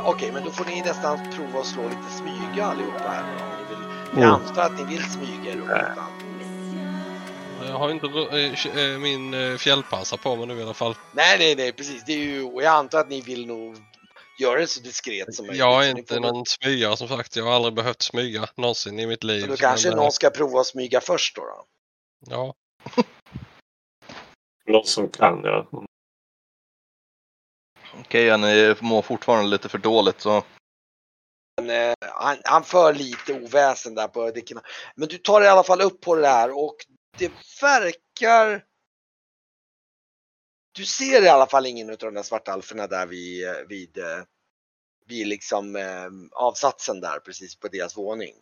Okej, men då får ni nästan prova att slå lite smyga allihopa här då, om ni vill. Jag antar att ni vill smyga er upp. Jag har inte min fjällpansar på mig nu i alla fall. Nej, precis. Det är ju, och jag antar att ni vill nog göra det så diskret som möjligt. Jag är inte någon smygare som sagt. Jag har aldrig behövt smyga någonsin i mitt liv. Så då kanske någon ska prova att smyga först då? Ja. Någon som kan, ja. Okej, ni mår fortfarande lite för dåligt så. Men, han för lite oväsen där på däcken. Men du tar i alla fall upp på det här och det verkar... Du ser i alla fall ingen av de där svarta alferna där vid liksom avsatsen där precis på deras våning.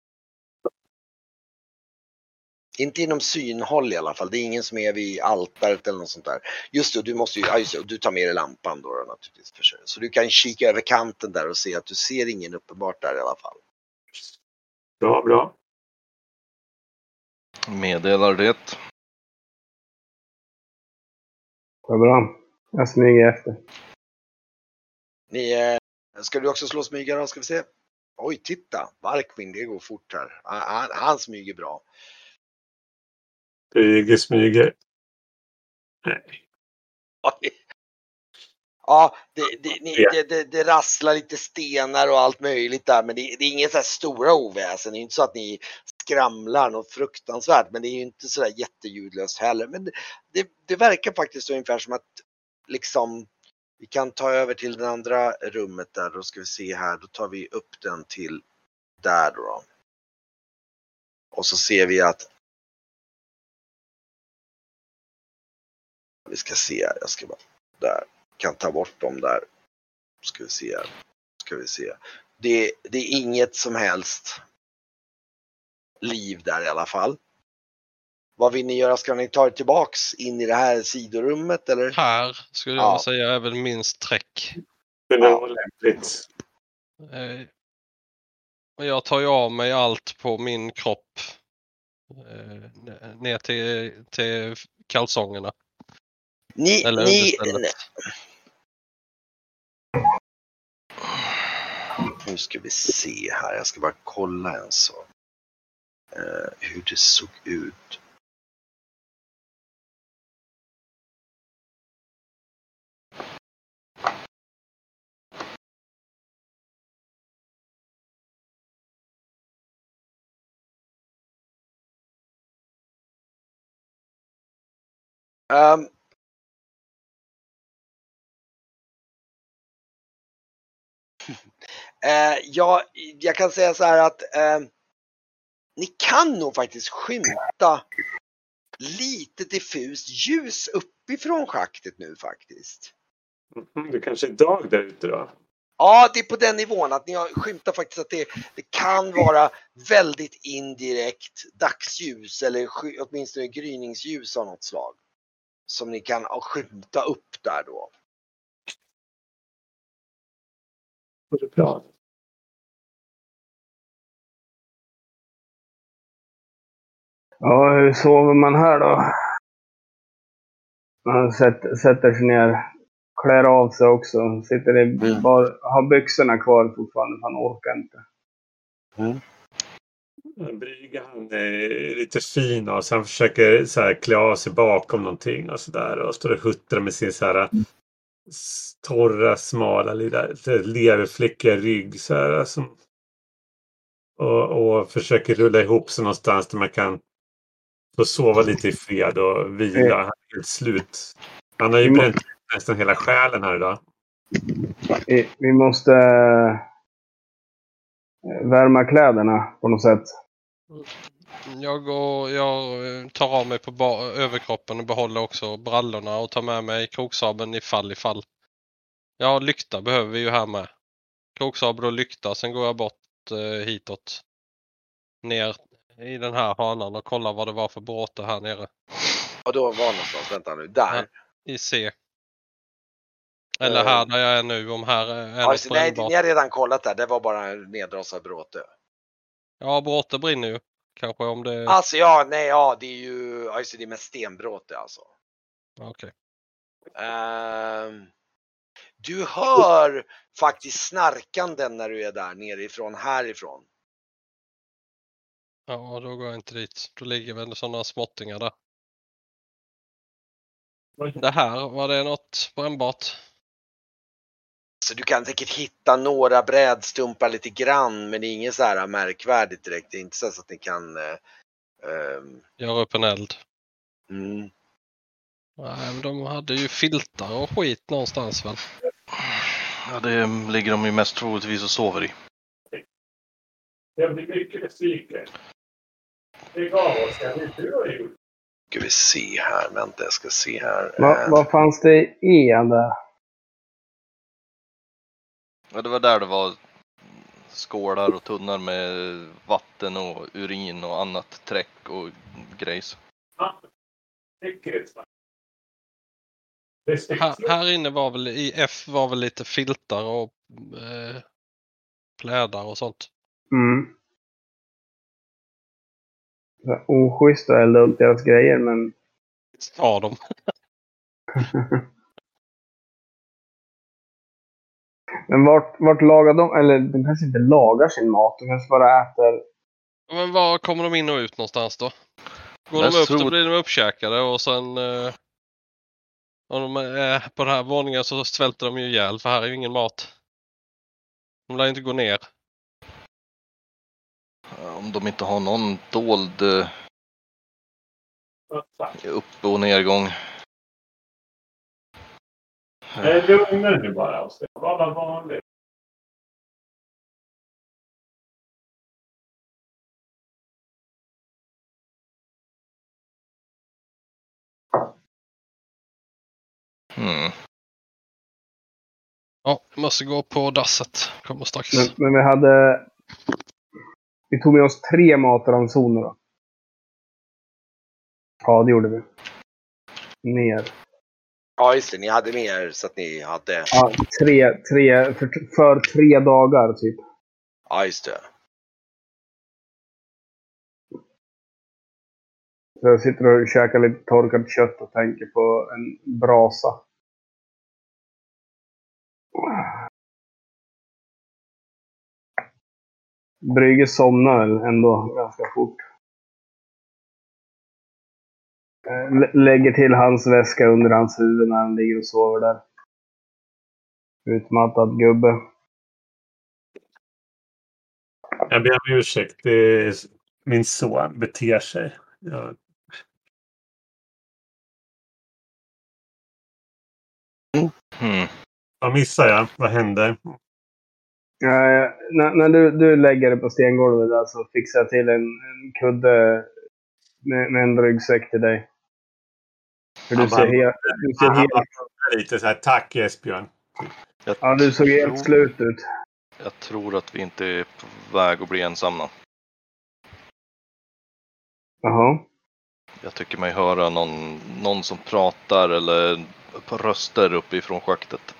Inte inom synhåll i alla fall. Det är ingen som är vid altaret eller något sånt där. Just det, du måste ju, du tar med dig lampan då naturligtvis. Så du kan kika över kanten där och se att du ser ingen uppenbart där i alla fall. Bra. Meddelar det. Vad bra. Jag smyger efter. Ska du också slå smyga då? Ska vi se. Oj, titta. Varkmin, det går fort här. Han smyger bra. Smyger. Nej. Ja, det rasslar lite stenar och allt möjligt där. Men det är inget så här stora oväsen. Det är inte så att ni skramlar något fruktansvärt. Men det är ju inte så där jätteljudlöst heller. Men det verkar faktiskt ungefär som att liksom... Vi kan ta över till det andra rummet där. Då ska vi se här. Då tar vi upp den till där då. Och så ser vi att... Vi ska se här. Jag ska bara... Där. Kan ta bort dem där. Ska vi se här. Ska vi se. Det är inget som helst liv där i alla fall. Vad vill ni göra? Ska ni ta er tillbaks in i det här sidorummet eller? Här skulle jag säga är väl minst träck. Det var lämpligt. Och jag tar ju av mig allt på min kropp ner till kalsongerna. Nu ska vi se här. Jag ska bara kolla en sak. Hur det såg ut. Jag kan säga så här att ni kan nog faktiskt skymta lite diffust ljus uppifrån schaktet nu faktiskt. Det kanske är dag där ute då? Ja, det är på den nivån att ni har skymtat faktiskt att det kan vara väldigt indirekt dagsljus eller åtminstone gryningsljus av något slag. Som ni kan skymta upp där då. Det är bra. Ja, hur sover man här då? Man sätter sig ner, klär av sig också. Sitter i har byxorna kvar fortfarande, han orkar inte. Brygga, han är lite fin och sen försöker så här klä av sig bakom någonting och sådär. Och står och huttrar med sin så här torra, smala, leverfläckiga rygg så här. Och försöker rulla ihop sig någonstans där man kan få sova lite i fred och vila. Han är helt slut. Han har ju bränt nästan hela själen här idag. Vi måste värma kläderna på något sätt. Jag tar av mig på överkroppen och behåller också brallorna och tar med mig kroksabeln ifall. Ja, lykta behöver vi ju här med. Kroksabel och lykta, sen går jag bort hitåt. Ner i den här hörnan och kollar vad det var för bråte här nere. Och då var någonstans, vänta nu, där. Ja, i C. Eller här där jag är nu, om här är alltså, nej, ni har redan kollat där, det var bara en neddrasad bråte. Ja, bråte brinner ju. Kanske om det... Alltså det är ju, alltså det är med stenbråte alltså. Okej. Du hör faktiskt snarkanden när du är där nerifrån, härifrån. Ja, då går jag inte dit. Då ligger väl sådana småttingar där. Det här, var det något brännbart? Så du kan säkert hitta några brädstumpar lite grann, men det är inget så här märkvärdigt direkt. Det är inte så att ni kan... Göra upp en eld. Mm. Nej, men de hade ju filtar och skit någonstans väl? Ja, det ligger de ju mest troligtvis och sover i. Jag blir mycket besviken. Det gav oss en intervju. Ska vi se här, vänta jag ska se här. Vad fanns det i där? Ja, det var där det var skålar och tunnar med vatten och urin och annat träck och grejs. Ja, säkerhetsvakt. Här inne var väl, i F var väl lite filtar och plädar och sånt. Mm. Oschysst att elda upp deras grejer, men... Ta dem. Men vart lagar de? Eller de kanske inte lagar sin mat. De kanske bara äter... Men var kommer de in och ut någonstans då? Går Jag de upp tror- så blir de uppkäkade och sen... om de är på den här våningen så svälter de ju ihjäl för här är ju ingen mat. De lär inte gå ner. Om de inte har någon dold upp- och nedgång. Lugna nu bara. Bara vanligt. Hmm. Ja, jag måste gå på dasset. Kommer strax. Men vi hade... Vi tog med oss 3 matransoner då. Ja, det gjorde vi. Ner. Ja just det, ni hade mer så att ni hade... Ja, 3 för 3 dagar typ. Ja just det. Så jag sitter och käkar lite torkat kött och tänker på en brasa. Brygge somnar ändå ganska fort. Lägger till hans väska under hans huvud när han ligger och sover där. Utmattad gubbe. Jag ber om ursäkt. Min son beter sig. Ja. Hmm. Vad missar jag? Vad hände? När du lägger det på stengolvet där så fixar jag till en kudde med en ryggsäck till dig. För du ser helt... Lite så här, tack Esbjörn. Ja, du såg helt slut ut. Jag tror att vi inte är på väg att bli ensamma. Jaha. Jag tycker mig höra någon som pratar eller på röster uppifrån schaktet.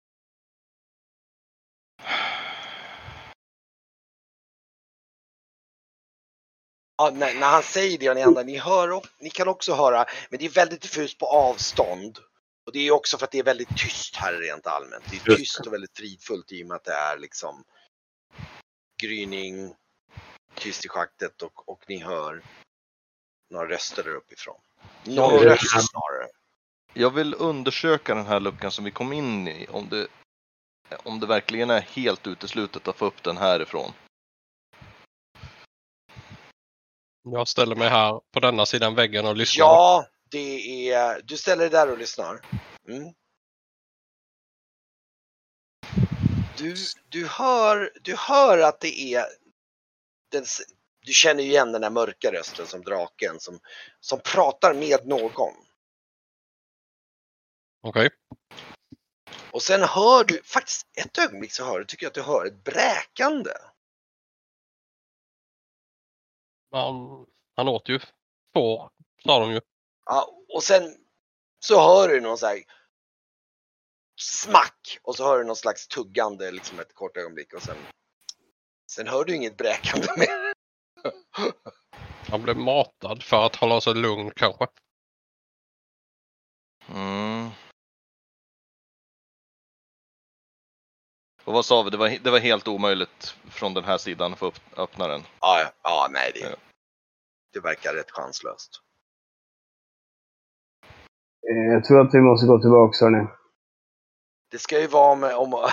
Ja, när han säger det och ni andra, ni kan också höra, men det är väldigt diffust på avstånd. Och det är också för att det är väldigt tyst här rent allmänt. Det är tyst och väldigt fridfullt i och med att det är liksom gryning, tyst i schaktet och ni hör några röster där uppifrån. Några röster snarare. Jag vill undersöka den här luckan som vi kom in i. Om det verkligen är helt uteslutet att få upp den härifrån. Jag ställer mig här på denna sidan väggen och lyssnar. Ja, det är... Du ställer dig där och lyssnar. Mm. Du hör att det är... Du känner ju igen den här mörka rösten som draken som pratar med någon. Okej. Och sen hör du, faktiskt ett ögonblick så tycker jag att du hör ett bräkande. Han åt ju får, sa de ju. Ja, och sen så hör du någon så här smack och så hör du någon slags tuggande liksom ett kort ögonblick och sen hör du inget bräkande mer. Han blev matad för att hålla sig lugn kanske. Mm. Och vad sa vi? Det var helt omöjligt från den här sidan att få öppna den. Ja, nej det verkar rätt chanslöst. Jag tror att vi måste gå tillbaka, hörni. Det ska ju vara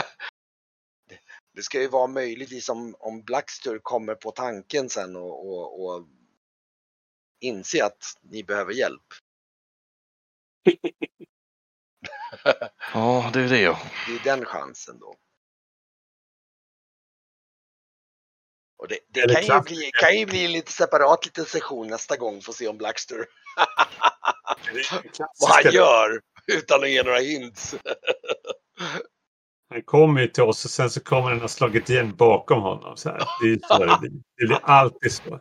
det ska ju vara möjligtvis om Blackstur kommer på tanken sen och inse att ni behöver hjälp. Ja, det är det. Det är den chansen då. Och det kan ju bli lite separat liten session nästa gång för att se om Blackstur vad han gör utan att ge några hints. Han kommer ju till oss och sen så kommer han ha slagit igen bakom honom. Så här. Det är så det blir. Det blir alltid så.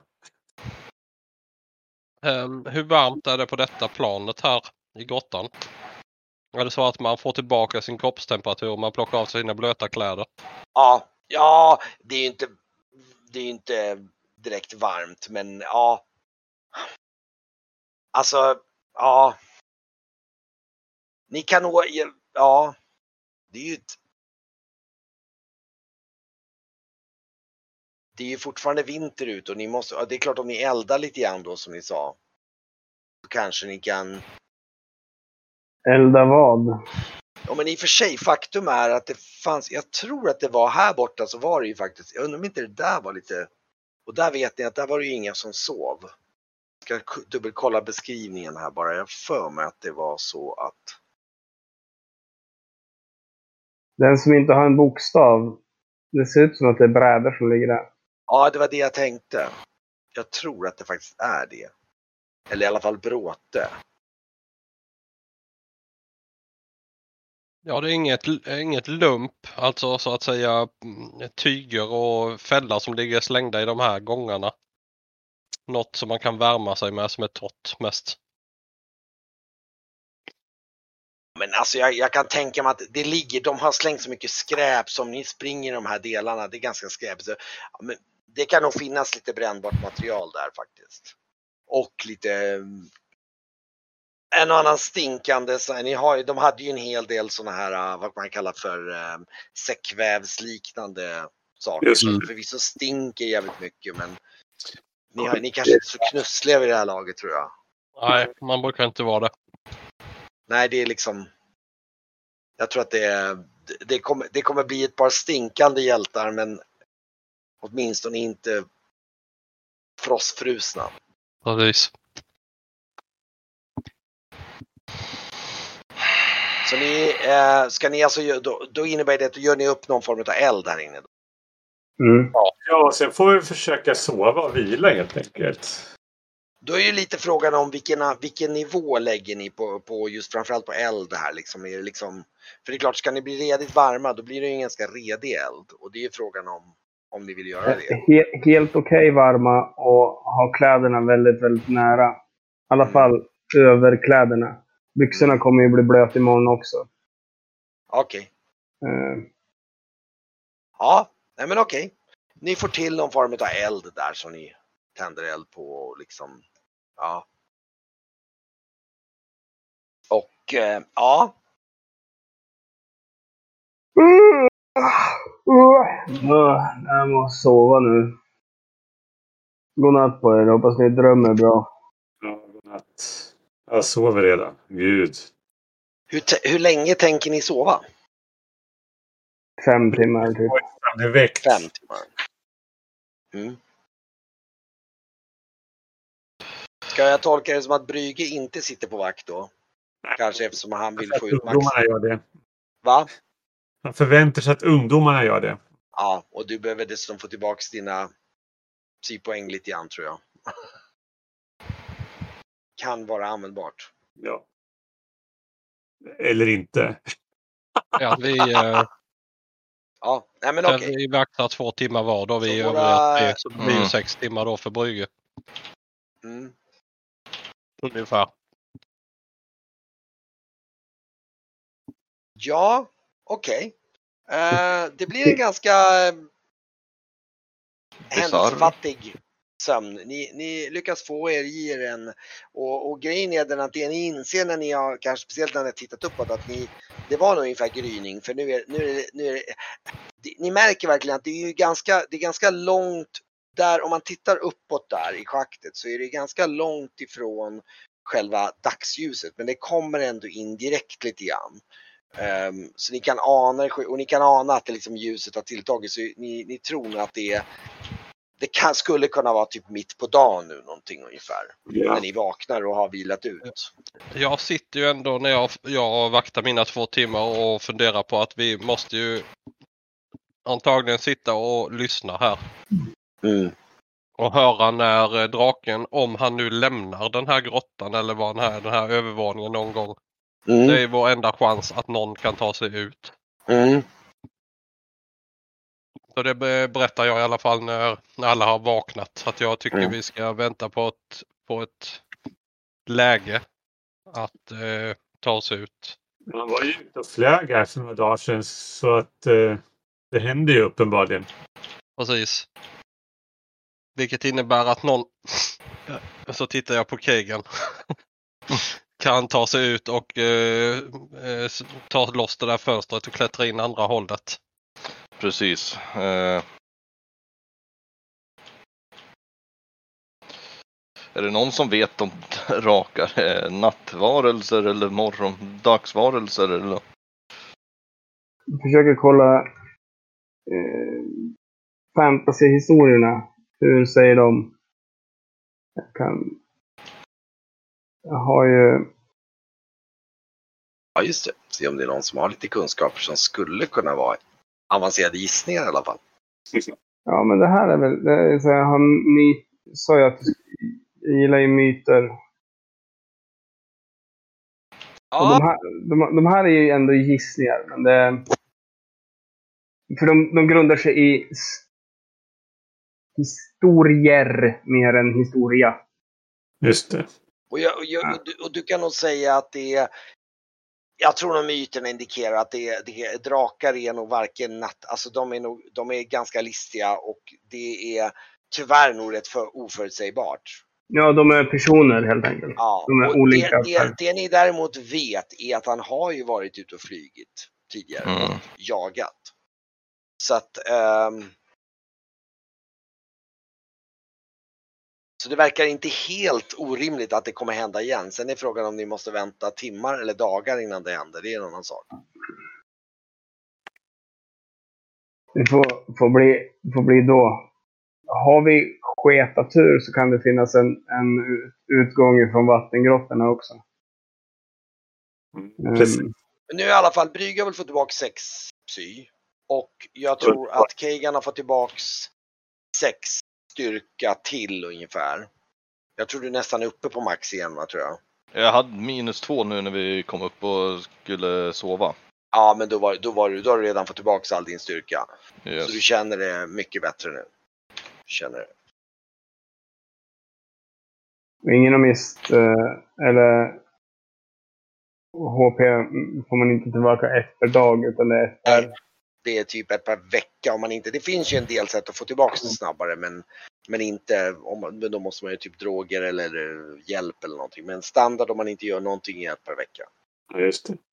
Hur varmt är det på detta planet här i grottan? Är det så att man får tillbaka sin kroppstemperatur och man plockar av sig sina blöta kläder? Ja, det är ju inte direkt varmt, men ja. Alltså, ja. Ni kan nog, ja. Det är ju fortfarande vinter ut och ni måste, det är klart om ni eldar lite grann då som ni sa. Så kanske ni kan. Elda vad? Ja, men i och för sig, faktum är att det fanns, jag tror att det var här borta så var det ju faktiskt, jag undrar om inte det där var lite, och där vet ni att där var det ju inga som sov. Jag ska dubbelkolla beskrivningen här bara, jag för mig att det var så att. Den som inte har en bokstav, det ser ut som att det är brädor som ligger där. Ja, det var det jag tänkte. Jag tror att det faktiskt är det. Eller i alla fall bråte. Ja, det är inget lump, alltså så att säga tyger och fällar som ligger slängda i de här gångarna. Något som man kan värma sig med som är torrt mest. Men alltså jag kan tänka mig att det ligger, de har slängt så mycket skräp som ni springer i de här delarna, det är ganska skräp. Så, ja, men det kan nog finnas lite brännbart material där faktiskt. Och lite en och annan stinkande, så de hade ju en hel del såna här, vad man kallar för säckvävsliknande saker. Som förvisso stinker jävligt mycket, men ni kanske inte är så knussliga vid det här laget tror jag. Nej, man brukar inte vara det. Nej, det är liksom, jag tror att det kommer bli ett par stinkande hjältar, men åtminstone inte frostfrusna. Precis. Så ska ni alltså, då innebär det att gör ni upp någon form av eld här inne då? Mm. Ja, sen får vi försöka sova och vila helt enkelt. Då är ju lite frågan om vilken nivå lägger ni på just framförallt på eld här liksom. Är det liksom, för det är klart, ska ni bli redigt varma då blir det ju en ganska redig eld. Och det är ju frågan om ni vill göra det. Helt okej varma och ha kläderna väldigt, väldigt nära. I alla fall över kläderna. Byxorna kommer ju bli blöt imorgon också. Okej. Ja, nej men okej. Ni får till någon form av eld där som ni tänder eld på och liksom, ja. Och ja. Jag måste sova nu. Godnatt på er. Hoppas ni drömmer bra. Ja, godnatt. Jag sover redan. Gud. Hur länge tänker ni sova? 5 timmar typ. Han är väckt. 5 timmar. Mm. Ska jag tolka det som att Brygge inte sitter på vakt då? Kanske eftersom han vill få ut max. Ungdomarna gör det. Va? Han förväntar sig att ungdomarna gör det. Ja, och du behöver dessutom få tillbaka dina poäng lite grann tror jag. Kan vara användbart. Ja. Eller inte. Ja, vi Ja, nej men okej. vi vaktar 2 timmar var då vi Så övriga 3, så det blir ju 6 timmar då för Brygge. Mm. Ungefär. Ja, okej. Det blir en ganska händelsefattig sömn. Ni lyckas få i er en, och grejen är den att det ni inser när ni har, kanske speciellt när ni har tittat uppåt, att det var nog ungefär gryning, för nu är ni märker verkligen att det är ganska långt där, om man tittar uppåt där i schaktet så är det ganska långt ifrån själva dagsljuset, men det kommer ändå in direkt lite grann. Så ni kan ana, och ni kan ana att det liksom ljuset har tilltagit, så ni tror att skulle kunna vara typ mitt på dagen nu någonting ungefär. Ja. När ni vaknar och har vilat ut. Jag sitter ju ändå när jag vaktar mina 2 timmar och funderar på att vi måste ju antagligen sitta och lyssna här. Mm. Och höra när draken, om han nu lämnar den här grottan eller var den här övervåningen någon gång. Mm. Det är vår enda chans att någon kan ta sig ut. Mm. Så det berättar jag i alla fall när alla har vaknat. Att jag tycker vi ska vänta på ett läge att ta oss ut. Man var ju ute och flög här för några dagar sedan, så att det hände ju uppenbarligen. Precis. Vilket innebär att någon, så tittar jag på Kagan, kan ta sig ut och ta loss det där fönstret och klättra in andra hållet. Precis. Är det någon som vet om drakar är nattvarelser eller dagsvarelser eller? Jag försöker kolla fantasyhistorierna. Hur säger de? Jag har ju... Ja, just det. Se om det är någon som har lite kunskaper som skulle kunna vara avancerade gissningar i alla fall. Ja, men det här är väl... Det är så här, ni sa ju att jag gillar ju myter. Ja. Och de här är ju ändå gissningar. Men det, för de grundar sig i historier mer än historia. Just det. Och du kan nog säga att jag tror att myterna indikerar att drakar är nog varken alltså de är ganska listiga, och det är tyvärr nog rätt oförutsägbart. Ja, de är personer helt enkelt. Ja, de är olika. Det ni däremot vet är att han har ju varit ute och flygit tidigare och jagat. Så att så det verkar inte helt orimligt att det kommer hända igen. Sen är frågan om ni måste vänta timmar eller dagar innan det händer. Det är en annan sak. Det får bli då. Har vi sketatur så kan det finnas en utgång från vattengrottorna också. Precis. Men nu i alla fall, Brygge har väl fått tillbaka 6 psy. Och jag tror att Kagan har fått tillbaka 6 styrka till ungefär. Jag tror du nästan är uppe på max igen, va, tror jag. Jag hade -2 nu när vi kom upp och skulle sova. Ja, men då har du redan fått tillbaka all din styrka. Yes. Så du känner det mycket bättre nu. Känner det. Ingen har mist eller HP får man inte tillbaka ett per dag, utan det är ett per... Det är typ ett per vecka om man inte... Det finns ju en del sätt att få tillbaka det snabbare, men inte... Men då måste man ju typ droger eller hjälp eller någonting. Men standard om man inte gör någonting är ett per vecka. Ja, just det.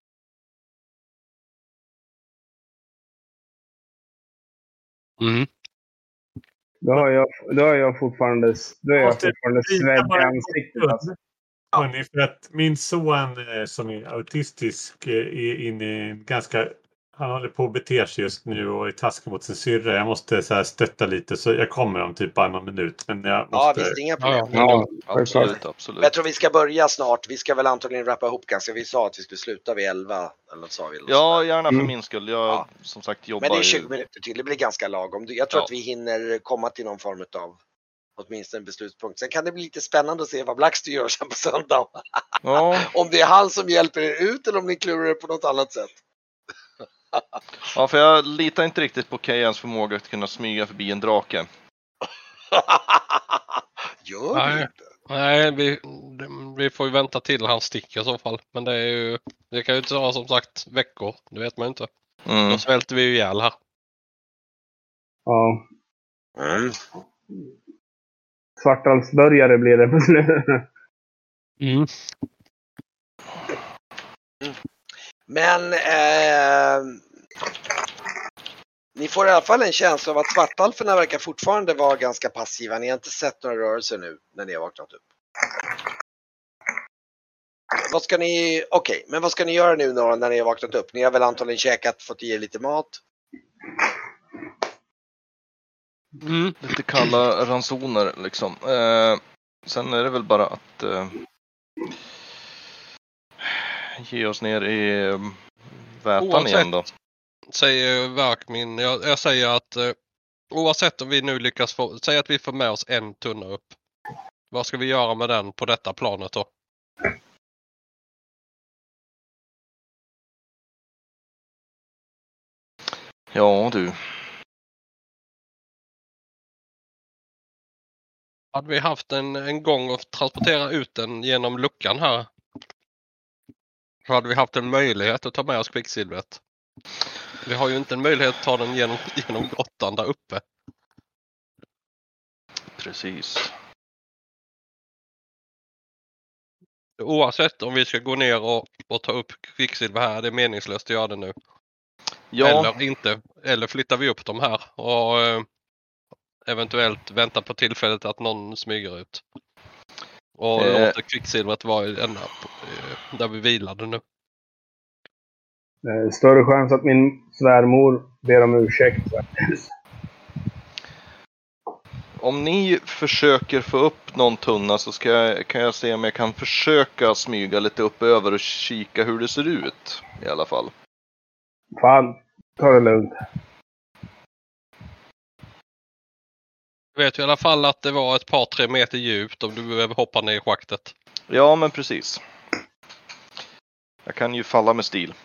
Mm. Då har jag fortfarande svedd i ansiktet. Alltså. Ja. För att min son som är autistisk är inne i en ganska... Han håller på att bete sig just nu och är taskig mot sin syrra. Jag måste så här stötta lite, så jag kommer om typ bara någon minut. Men jag måste... Ja, visst, inga problem. Ja, Absolut. Jag tror vi ska börja snart. Vi ska väl antagligen rappa ihop ganska. Vi sa att vi skulle sluta vid 11. Eller sa vi. Ja, gärna för min skull. Jag som sagt jobbar. Men det är 20 minuter till. Det blir ganska lagom. Jag tror att vi hinner komma till någon form av åtminstone en beslutspunkt. Sen kan det bli lite spännande att se vad Blackster gör sen på söndag. Ja. Om det är han som hjälper er ut eller om ni klurar er på något annat sätt. Ja, för jag litar inte riktigt på Kayans förmåga att kunna smyga förbi en drake. Gör det inte? Nej, vi får ju vänta till han sticker i så fall. Men det kan ju inte vara som sagt veckor. Det vet man ju inte. Då svälter vi ju ihjäl här. Ja. svartalsbörjare blir det på slutet. Mm. Men ni får i alla fall en känsla av att svartalferna verkar fortfarande vara ganska passiva. Ni har inte sett några rörelser nu när ni har vaknat upp. Men vad ska ni göra nu då när ni har vaknat upp? Ni har väl antagligen käkat, fått i er lite mat? Lite kalla ransoner liksom. Sen är det väl bara att ge oss ner i vätan igen då. Säger Verkmin. Jag säger att oavsett om vi nu lyckas säg att vi får med oss en tunna upp. Vad ska vi göra med den på detta planet då? Ja du. Hade vi haft en gång och transportera ut den genom luckan här, så hade vi haft en möjlighet att ta med oss kvicksilvret. Vi har ju inte en möjlighet att ta den genom grottan där uppe. Precis. Oavsett om vi ska gå ner och ta upp kvicksilver här, det är meningslöst att göra det nu. Ja. Eller inte. Eller flyttar vi upp dem här och eventuellt vänta på tillfället att någon smyger ut. Och låter kvicksilvret vara där vi vilade nu. Större chans att min svärmor ber om ursäkt. Om ni försöker få upp någon tunna så kan jag se om jag kan försöka smyga lite upp över och kika hur det ser ut i alla fall. Fan, ta det lugnt. Jag vet ju i alla fall att det var ett par 3 meter djupt om du behöver hoppa ner i schaktet. Ja, men precis. Jag kan ju falla med stil.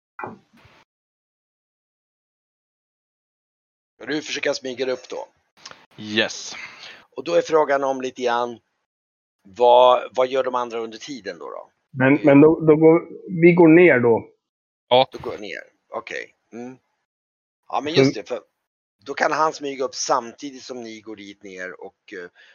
Du försöker smyga upp då? Yes. Och då är frågan om lite grann, vad gör de andra under tiden då? Men då vi går ner då. Ja. Då går jag ner, okej. Mm. Ja, men just det, för då kan han smyga upp samtidigt som ni går dit ner och...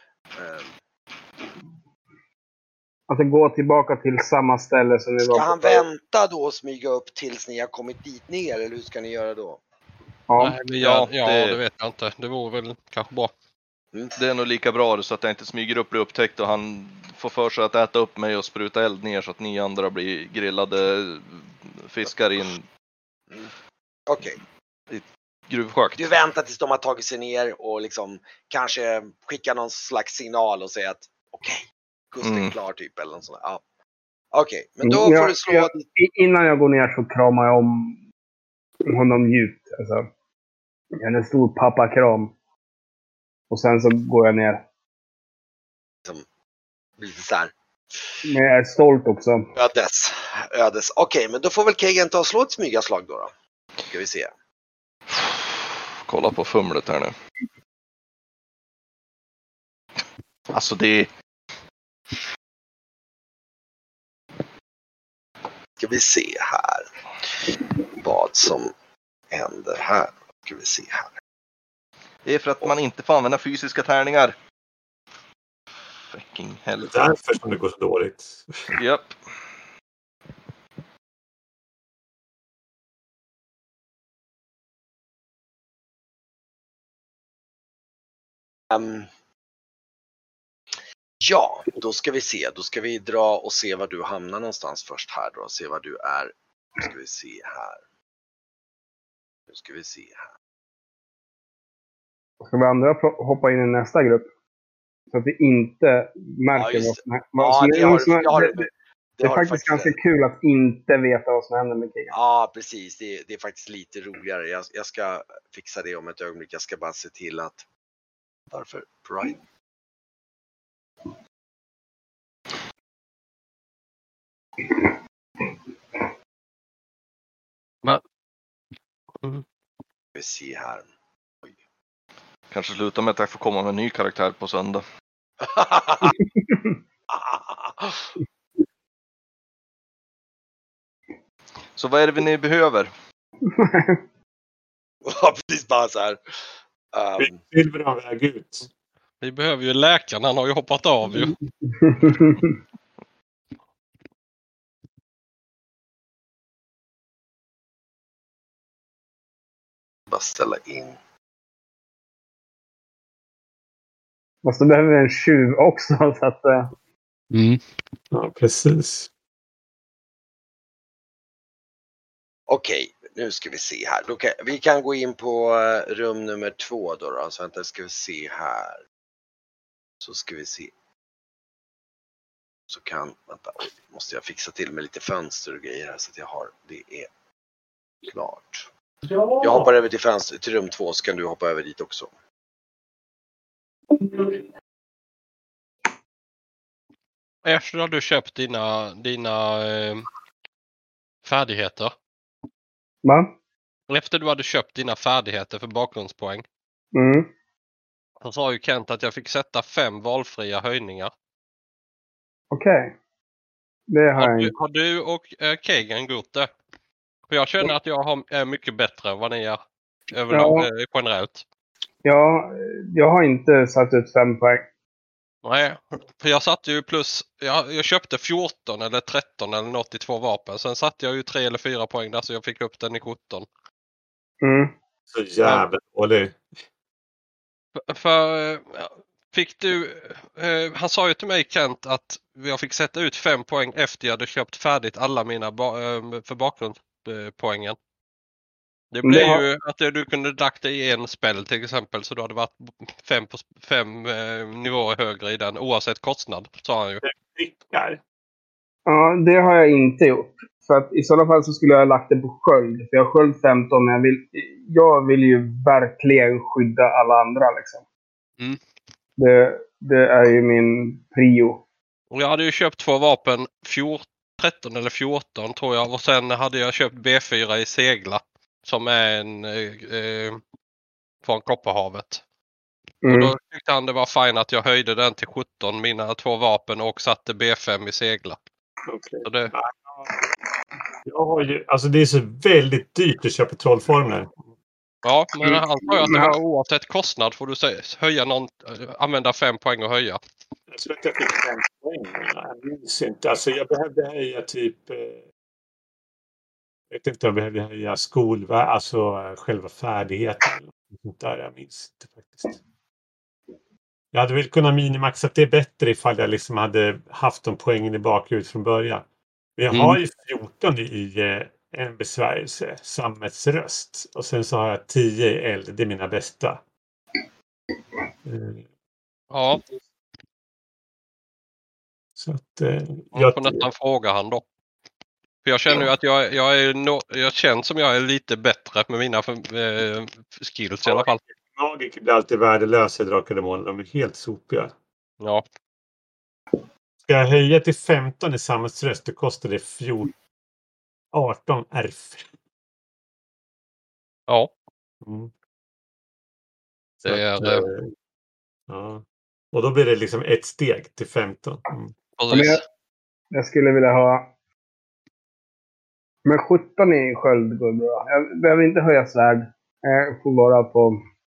Alltså gå tillbaka till samma ställe som vi var på. Ska han vänta då och smyga upp tills ni har kommit dit ner, eller hur ska ni göra då? Ja, Nej, det vet jag inte. Det vore väl kanske bra. Det är nog lika bra så att jag inte smyger upp, blir upptäckt och han får för sig att äta upp mig och spruta eld ner så att ni andra blir grillade fiskar in. Okej. Gruvschakt. Du väntar tills de har tagit sig ner och liksom kanske skickar någon slags signal och säger att okej, kusten är klar typ eller något sånt. Ja. Okej, men då får du slå... Innan jag går ner så kramar jag om honom djupt. Alltså, en stor pappakram. Och sen så går jag ner. Lite så här. Men jag är stolt också. Ödes. Okej, men då får väl Kagan ta och slå ett smygaslag då. Ska vi se. Kolla på fumlet här nu. Alltså det... Ska vi se här. Vad som händer här. Ska vi se här. Det är för att man inte får använda fysiska tärningar. Fucking helvete. Det är därför som det går så dåligt. Japp. Ja, då ska vi se. Då ska vi dra och se var du hamnar någonstans först här då. Se var du är. Nu ska vi se här. Ska vi andra hoppa in i nästa grupp? Så att vi inte märker vad som händer. Det är faktiskt ganska kul att inte veta vad som händer med Kagan. Ja, precis. Det är faktiskt lite roligare. Jag ska fixa det om ett ögonblick. Jag ska bara se till att... Varför? Pride. Vi ser här. Oj. Kanske sluta med att jag får komma med en ny karaktär på söndag. Så vad är det ni behöver? Ja, precis bara så här. Silver har väg ut. Vi behöver ju läkaren, han har ju hoppat av ju. Bara ställa in. Fast då behöver vi en tjuv också. Så att, Ja, precis. Okej, nu ska vi se här. Vi kan gå in på rum nummer 2 då. Så vänta, ska vi se här. Så ska vi se. Så vänta, måste jag fixa till med lite fönster och grejer här så att jag har, det är klart. Ja. Jag hoppar över till rum 2 så kan du hoppa över dit också. Efter att du köpt dina färdigheter. Va? Efter du hade köpt dina färdigheter för bakgrundspoäng. Så sa ju Kent att jag fick sätta 5 valfria höjningar. Okej. Det Har du och Kagan gjort det? För jag känner att jag är mycket bättre än vad ni är överlag generellt. Ja, jag har inte satt ut 5 poäng. Nej, för jag satte ju plus, jag köpte 14 eller 13 eller något i 2 vapen. Sen satte jag ju 3 eller 4 poäng där så jag fick upp den i 17. Så jävla dålig. För fick du, han sa ju till mig Kent att jag fick sätta ut 5 poäng efter jag hade köpt färdigt alla mina för bakgrundspoängen. Det blev ju att du kunde lagt dig i en spel till exempel så du hade varit 5 nivåer högre i den oavsett kostnad, sa han ju. Ja, det har jag inte gjort. För att i sådana fall så skulle jag ha lagt det på sköld. För jag har sköld 15 men jag vill ju verkligen skydda alla andra liksom. Det är ju min prio. Och jag hade ju köpt 2 vapen 13 eller 14 tror jag och sen hade jag köpt B4 i segla som är en från Kopparhavet. Och då tyckte han det var fint att jag höjde den till 17 mina 2 vapen och satte B5 i segla. Okay. Så det... Jag har ju, alltså det är så väldigt dyrt att köpa trollformler. Ja, men han sa ju att det var oavsett kostnad får du höja använda 5 poäng och höja. Jag tror att jag fick 5 poäng. Jag minns inte. Alltså jag behövde höja typ... Jag vet inte om jag behövde höja alltså själva färdigheten. Där jag minns inte faktiskt. Jag hade väl kunnat minimaxat det bättre ifall jag liksom hade haft de poängen i bakhuvudet från början. Men jag har ju 14 i en besvärjelse, sammetsröst. Och sen så har jag 10 i eld, det är mina bästa. Ja. Så att, jag får nästan fråga han då. För jag känner ju att jag känner som jag är lite bättre med mina skills i alla fall. Magiker blir alltid värdelösa i Drakar. De är helt sopiga. Ja. Ska jag höja till 15 i sammetsröst, då kostar det 18 RF. Ja. Det är... ja. Och då blir det liksom ett steg till 15. Jag skulle vilja ha... Men 17 i sköld går bra. Jag behöver inte höja svärd. Jag får vara på...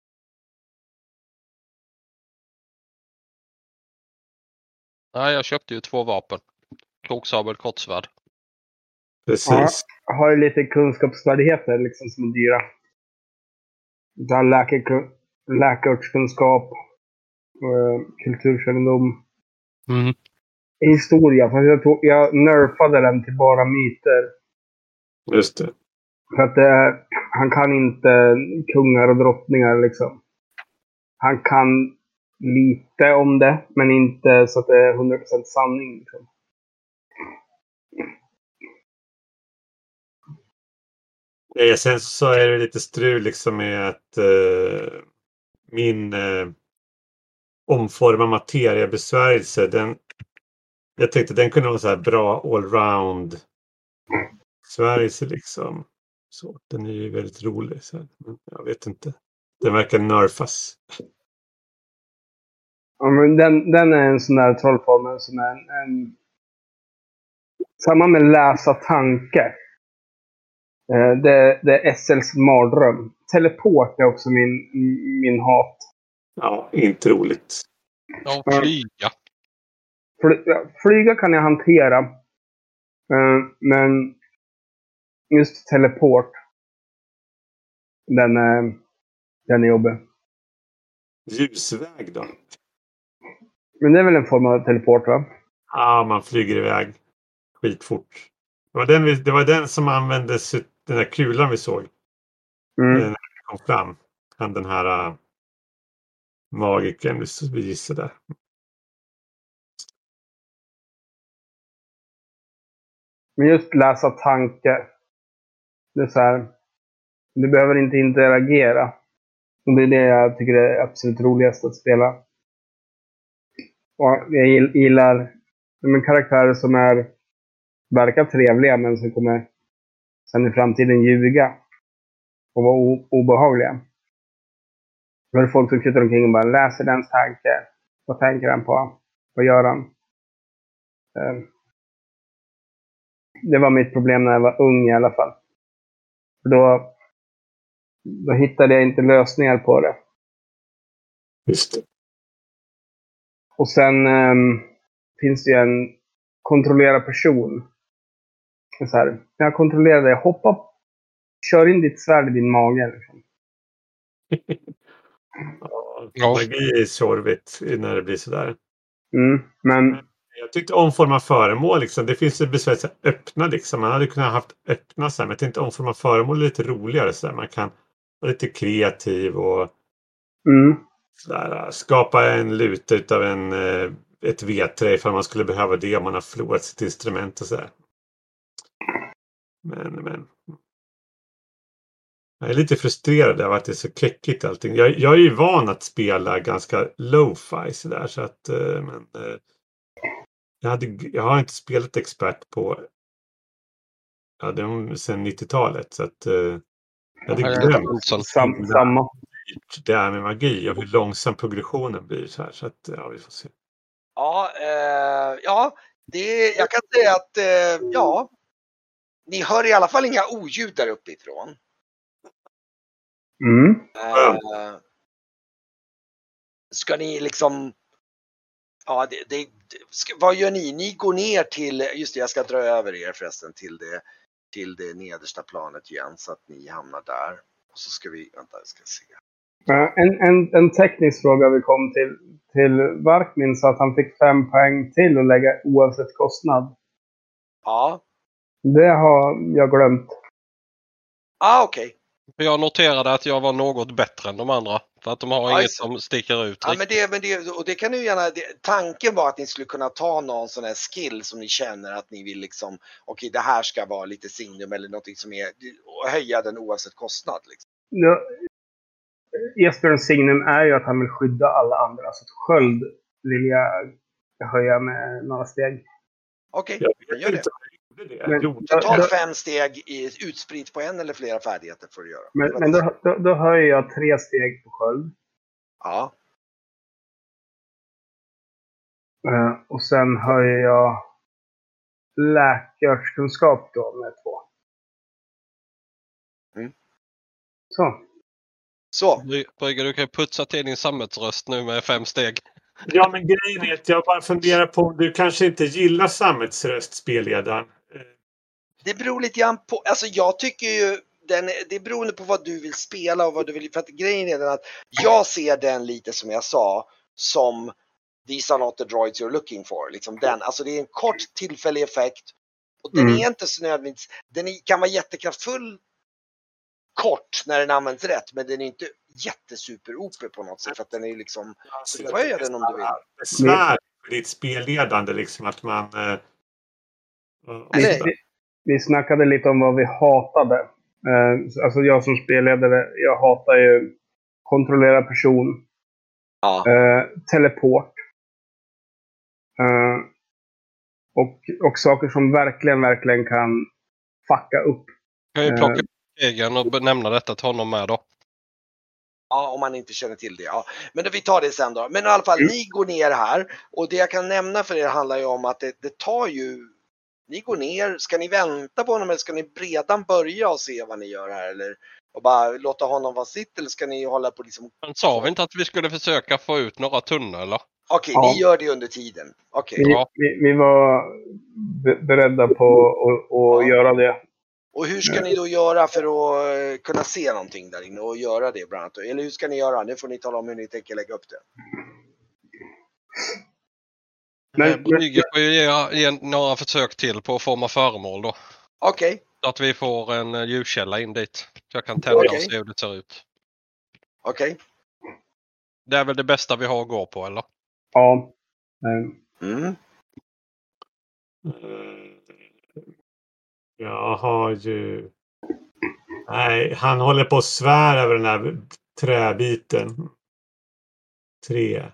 Nej, jag köpte ju 2 vapen. Kroksabel, kortsvärd. Precis. Ja, jag har ju lite kunskapsvärdigheter liksom som är dyra. Jag har läkarkunskap, kulturkännedom, historia. Fast jag nerfade den till bara myter. Just det. För att han kan inte kungar och drottningar liksom. Han kan lite om det, men inte så att det är 100% sanning liksom. Sen så är det lite strul liksom med att min omforma materiebesvärjelse, jag tänkte den kunde vara så här bra allround besvärjelse liksom. Så den är ju väldigt rolig. Så, men jag vet inte. Den verkar nerfas. Ja, men den är en sån där trollformel som är en samma med läsa tanke. Det är SLs mardröm. Teleport är också min hat. Ja, inte roligt. Ja, flyga. Flyga kan jag hantera. Men just teleport. Den är jobbig. Ljusväg då? Men det är väl en form av teleport, va? Ja, man flyger iväg skitfort. Det var den som användes, den där kulan vi såg. När den kom fram. Den här magiken vi gissade. Men just läsa tankar. Det är så här. Du behöver inte interagera. Och det är det jag tycker är absolut roligast att spela. Och jag gillar karaktärer som verkar trevliga men som kommer sen i framtiden ljuga. Och vara obehagliga. Då är det folk som sitter omkring och bara läser dens tanke. Vad tänker han på? Vad gör han? Det var mitt problem när jag var ung i alla fall. För då hittade jag inte lösningar på det. Just det. Och sen finns det ju en kontrollera person. Så här, jag kontrollerar dig. Hoppa. Kör in ditt svärd i din mage. Liksom. Magi är tjorvigt när det blir sådär. Men jag tyckte omforma föremål liksom. Det finns ju besvärligt att öppna liksom. Man hade kunnat haft öppna så här. Men jag tänkte omforma föremål lite roligare så här. Man kan vara lite kreativ och sådär, skapa en luta utav ett vedträ ifall man skulle behöva det om man har förlorat sitt instrument och sådär. Men jag är lite frustrerad över att det är så keckigt allting. Jag är ju van att spela ganska lo-fi sådär så att jag har inte spelat expert på sen 90-talet så att jag hade glömt samma. Det är med magi och hur långsam progressionen blir så här så att ja, vi får se. Ja, jag kan säga att ni hör i alla fall inga oljud där uppifrån. Ska ni liksom vad gör ni? Ni går ner till, just det, jag ska dra över er förresten till det nedersta planet igen så att ni hamnar där. Och så ska vi, vänta, jag ska se. En teknisk fråga vi kom till Varkmin så att han fick 5 poäng till att lägga oavsett kostnad. Ja. Det har jag glömt. Okej. Jag noterade att jag var något bättre än de andra. För att de har inget som sticker ut. Ja, men det kan du gärna. Tanken var att ni skulle kunna ta någon sån här skill som ni känner att ni vill liksom. Okej, det här ska vara lite signum eller någonting som är höja den oavsett kostnad. Liksom. Ja, Esbjörns signum är ju att han vill skydda alla andra. Så att sköld vill jag höja med några steg. Okej, jag gör det. Jag tar 5 steg utspritt på en eller flera färdigheter för att göra. Men då höjer jag 3 steg på sköld. Ja. Och sen höjer jag läkarskunskap då med 2. Så. Brygger, du kan ju putsa till din sammetsröst nu med 5 steg. Ja, men grejen är att jag bara funderar på om du kanske inte gillar sammetsröst, spelledaren. Det beror lite grann på, alltså jag tycker ju det beror på vad du vill spela och vad du vill, för att grejen är den att jag ser den lite som jag sa som these are not the droids you're looking for, liksom den, alltså det är en kort tillfällig effekt och den är inte så nödvändigt, kan vara jättekraftfull kort när den används rätt, men den är inte jättesuper-OP på något sätt för att den är liksom, så du får göra den om du vill. Besvär för ditt spelledande liksom att man vi snackade lite om vad vi hatade. Alltså jag som spelledare, jag hatar ju kontrollera person. Teleport. Och saker som verkligen kan fucka upp. Kan ju plocka egen och nämna detta till honom med då. Ja, om man inte känner till det. Ja. Men vi tar det sen då. Men i alla fall, ni går ner här. Och det jag kan nämna för er handlar ju om att det tar ju. Ni går ner. Ska ni vänta på honom eller ska ni redan börja och se vad ni gör här? Eller Och bara låta honom vara sitt, eller ska ni hålla på liksom... Men sa vi inte att vi skulle försöka få ut några tunnor eller? Okej, Ja. ni gör det under tiden. Okej. Ja. Vi var beredda på att göra det. Och hur ska ni då göra för att kunna se någonting där inne och göra det bland annat? Eller hur ska ni göra? Nu får ni tala om hur ni tänker lägga upp det. Brygge får ju ge några försök till på att forma föremål då. Okej. Så att vi får en ljuskälla in dit. Så jag kan tända och se hur det ser ut. Okej. Det är väl det bästa vi har att gå på, eller? Ja. Jag har ju... Nej, han håller på att svära över den här träbiten. 3.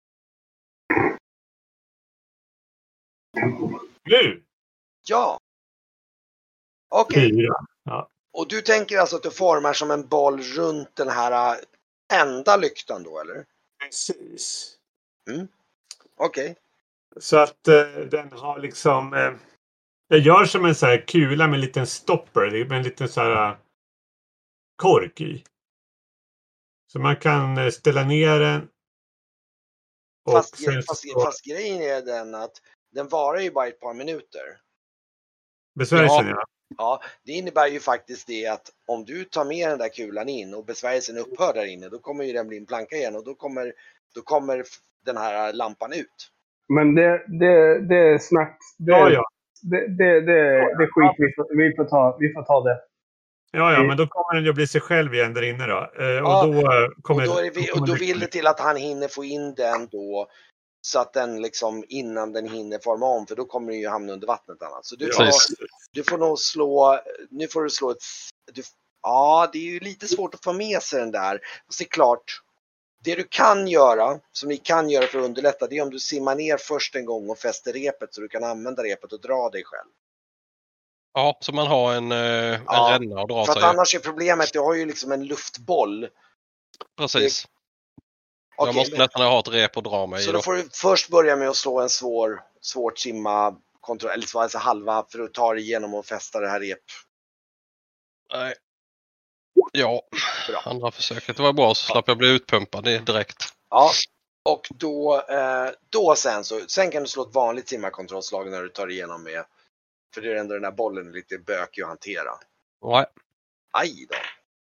Nu! Ja. Okej. 4. Ja. Och du tänker alltså att du formar som en boll runt den här enda lyktan då, eller? Precis. Okej. Så att den har liksom... jag gör som en så här kula med en liten stopper. Med en liten så här kork i. Så man kan ställa ner den. Och Fast grejen är den att den varar ju bara ett par minuter. Besvärjelsen, ja. Ja, det innebär ju faktiskt det att om du tar med den där kulan in och besvärjelsen upphör där inne, då kommer ju den bli en planka igen och då kommer den här lampan ut. Men det är snack. Ja. Det skit vi får ta det. Ja, men då kommer den ju bli sig själv igen där inne då. Ja, och då vill det till att han hinner få in den då så att den liksom innan den hinner forma om, för då kommer den ju hamna under vattnet annars. Så du får nog slå, nu får du slå ja, det är ju lite svårt att få med sig den där. Och det är klart, det du kan göra, som ni kan göra för att underlätta, det är om du simmar ner först en gång och fäster repet så du kan använda repet och dra dig själv. Ja, så man har en ränna att dra sig. För sig. att annars är problemet, du har ju liksom en luftboll. Precis. Jag måste nästan ha ett rep att dra mig. Så då får du först börja med att slå en svårt simma kontroll, eller alltså halva, för att ta dig igenom och fästa det här rep. Nej. Ja, bra. Andra försöket. Det var bra, så slapp jag bli utpumpad direkt. Ja, och då sen kan du slå ett vanligt simmarkontrollslag när du tar igenom med. För det är ändå den här bollen lite bökig att hantera. Nej. Aj då.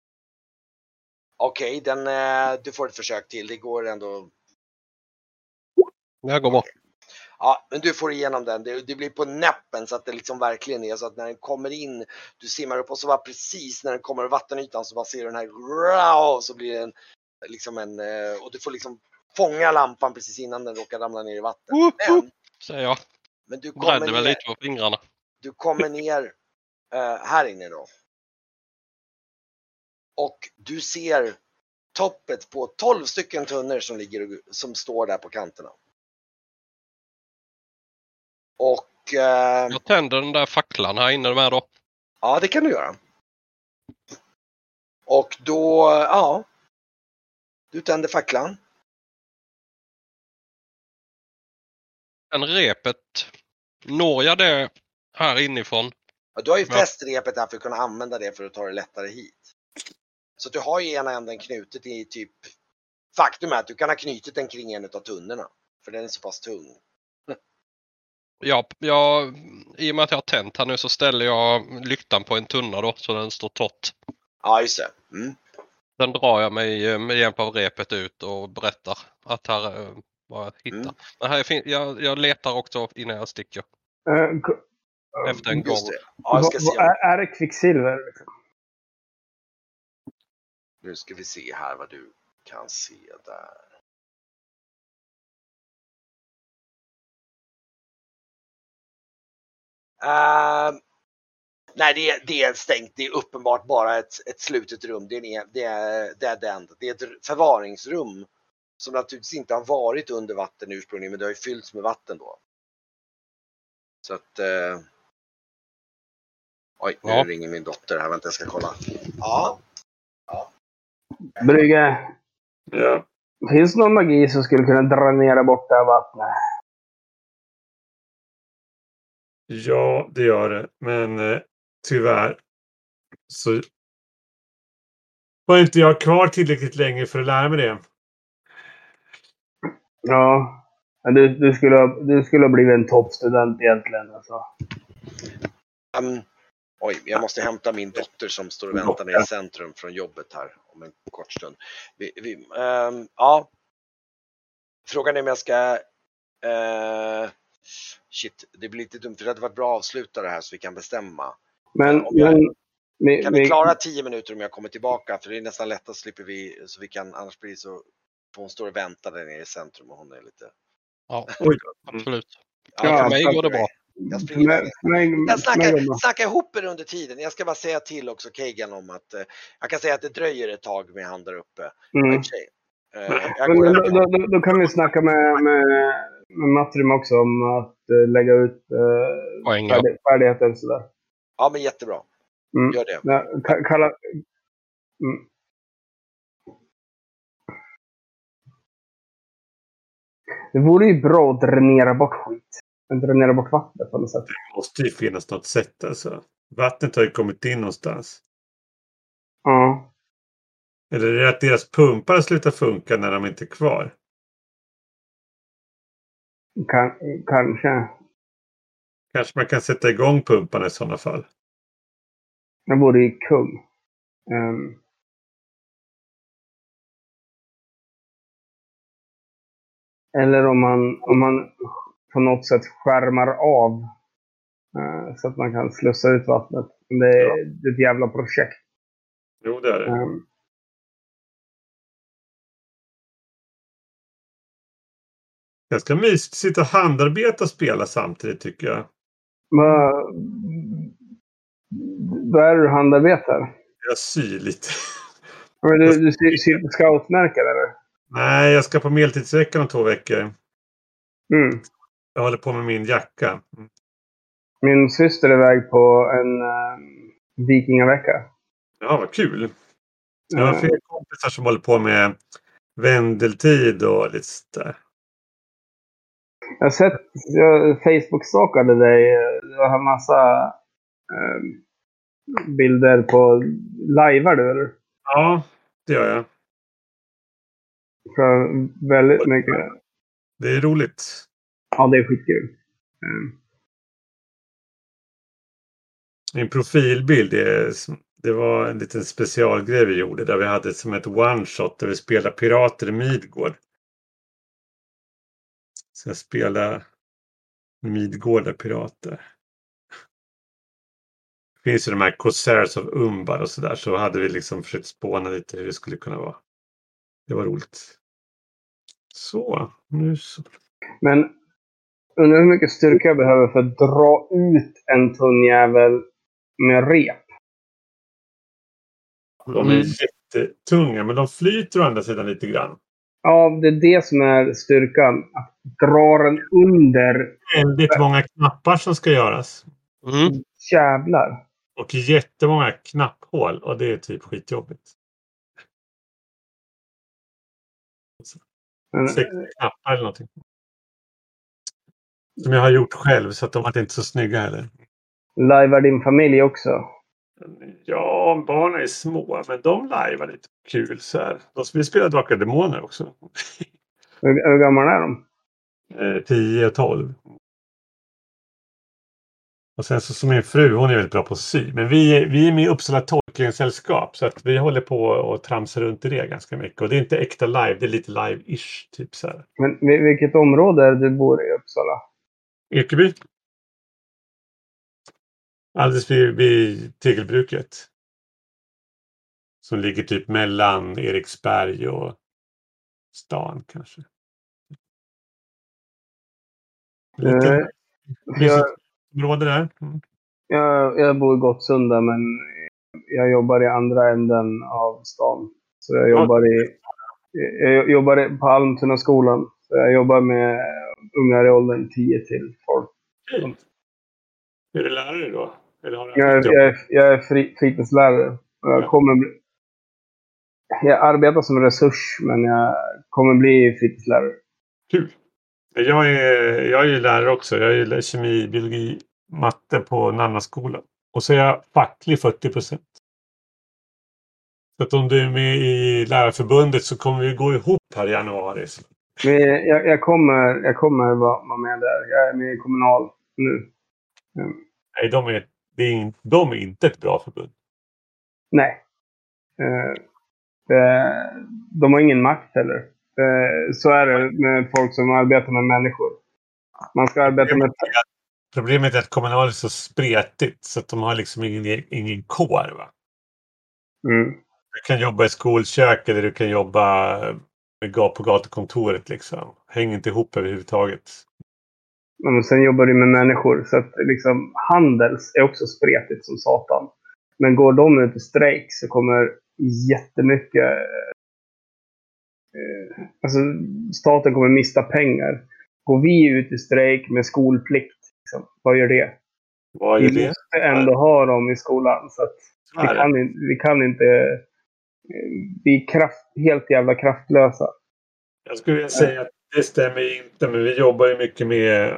Okej, du får ett försök till. Det går ändå. Det går bra. Ja, men du får igenom den. Det blir på näppen så att det liksom verkligen är så att när den kommer in, du simmar upp och så bara precis när den kommer över vattenytan så bara ser du den här så blir det liksom och du får liksom fånga lampan precis innan den råkar ramla ner i vatten. Säger jag. Men du kommer ner. Väl lite på fingrarna. Du kommer ner här inne då. Och du ser toppet på 12 stycken tunnor som står där på kanterna. Och jag tänder den där facklan här inne med då. Ja, det kan du göra. Och då, du tänder facklan. En repet, når jag det här inifrån? Ja, du har ju fäst repet här för att kunna använda det för att ta det lättare hit. Så du har ju ena änden knutet i typ, faktum är att du kan ha knutit den kring en av tunnorna. För den är så pass tung. Ja, i och med att jag har tänt här nu så ställer jag lyktan på en tunna då så den står torrt. Ja, just det. Sen drar jag mig med hjälp av repet ut och berättar att här är vad jag hittar. Men här jag letar också innan jag sticker. Efter en gång. Ja, jag ska se. Är det kvicksilver? Nu ska vi se här vad du kan se där. Nej, det är stängt. Det är uppenbart bara ett slutet rum. Det är ett förvaringsrum som naturligtvis inte har varit under vatten ursprungligen, men det har ju fyllts med vatten då. Så att oj, nu ringer min dotter här. Vänta, jag ska kolla. Ja. Brygge. Ja. Finns det någon magi som skulle kunna dränera bort det här vattnet? Ja, det gör det. Men tyvärr så var inte jag kvar tillräckligt länge för att lära mig det. Ja. Du skulle ha blivit en toppstudent egentligen. Alltså. Oj, jag måste hämta min dotter som står och väntar nere i centrum från jobbet här om en kort stund. Ja. Frågan är om jag ska... shit, det blir lite dumt för det hade varit bra att avsluta det här så vi kan bestämma. Men kan vi klara 10 minuter om jag kommer tillbaka? För det är nästan lättast slipper vi så vi kan, annars blir det så... För hon står och väntar där nere i centrum och hon är lite... Ja, absolut. Ja, för mig går det bra. Jag snackar ihop er under tiden. Jag ska bara säga till också Kegan om att jag kan säga att det dröjer ett tag med han där uppe. Då kan vi snacka med Matrim också om att lägga ut färdigheter och sådär. Ja, men jättebra. Gör det. Det vore ju bra att dränera bort skit. Dränera bort vattnet på något sätt. Det måste ju finnas något sätt alltså. Vattnet har ju kommit in någonstans. Ja. Eller är det att deras pumpar slutar funka när de inte är kvar? Kanske. Kanske man kan sätta igång pumparna i sådana fall. Det vore ju kung. Eller om man på något sätt skärmar av så att man kan slussa ut vattnet. Det är ett jävla projekt. Jo, det är det. Ganska mysigt att sitta och handarbeta och spela samtidigt tycker jag. Vad är det du handarbetar? Jag syr lite. Men du syr på scoutmärken eller? Nej, jag ska på medeltidsveckan om 2 veckor. Jag håller på med min jacka. Min syster är iväg på en vikingavecka. Ja, vad kul. Jag har flera kompisar som håller på med vändeltid och lite sådär. Jag har sett, Facebook-stalkade dig. Jag har massa bilder på livear du eller? Ja, det gör jag. Så väldigt mycket. Det är roligt. Ja, det är skitkul. Min profilbild, det var en liten specialgrej vi gjorde där vi hade som ett one-shot där vi spelade pirater i Midgård. Så jag spelade Midgårda pirater. Det finns ju de här Corsairs of Umbar och sådär, så hade vi liksom försökt spåna lite hur det skulle kunna vara. Det var roligt. Så, nu så. Men undrar hur mycket styrka jag behöver för att dra ut en tunn jävel med rep. De är jättetunga, men de flyter å andra sidan lite grann. Ja, det är det som är styrkan. Att dra den under. Väldigt många knappar som ska göras. Jävlar. Och jättemånga knapphål. Och det är typ skitjobbigt. 6 knappar eller någonting. Som jag har gjort själv så att de är inte så snygga heller. Livear din familj också? Ja, barnen är små. Men de livear lite kul så här. Vi spelar Drakar och Demoner också. Hur gamla är de? 10 och 12. Och sen så som min fru, hon är väldigt bra på att sy. Men vi är med i Uppsala Tolkien-sällskap. Så att vi håller på och tramsar runt i det ganska mycket. Och det är inte äkta live, det är lite live-ish. Typ så här. Men vilket område är det du bor i Uppsala? Ekeby. Alldeles vid Tegelbruket. Som ligger typ mellan Eriksberg och stan kanske. Lite område där. Jag bor i Gottsunda men jag jobbar i andra änden av stan. Så jag jobbar på Almtuna skolan. Så jag jobbar med ungar i åldern 10 till 12. Okay. Är du lärare då? Eller har jag är fritidslärare. Jag arbetar som resurs men jag kommer bli fritidslärare. Kul. Jag är ju lärare också. Jag är kemi, biologi, matte på Nanna skola. Och så är jag facklig 40%. Så att om du är med i lärarförbundet så kommer vi gå ihop här i januari. Jag kommer vara med där. Jag är med i Kommunal nu. Nej, de är inte ett bra förbund. Nej. De har ingen makt heller. Så är det med folk som arbetar med människor. Man ska arbeta med... Problemet är att Kommunal är så spretigt så att de har liksom ingen kår. Va? Mm. Du kan jobba i skolkök eller du kan jobba på gatukontoret. Liksom. Hänger inte ihop överhuvudtaget. Men sen jobbar du med människor. Så att liksom, Handels är också spretigt som satan. Men går de ut i strejk så kommer jättemycket... Alltså, staten kommer mista pengar. Går vi ut i strejk med skolplikt, liksom, vad gör det? Vad är det? Vi måste ändå ha dem i skolan. Så att vi kan inte... Vi är helt jävla kraftlösa. Jag skulle vilja säga att det stämmer inte. Men vi jobbar ju mycket med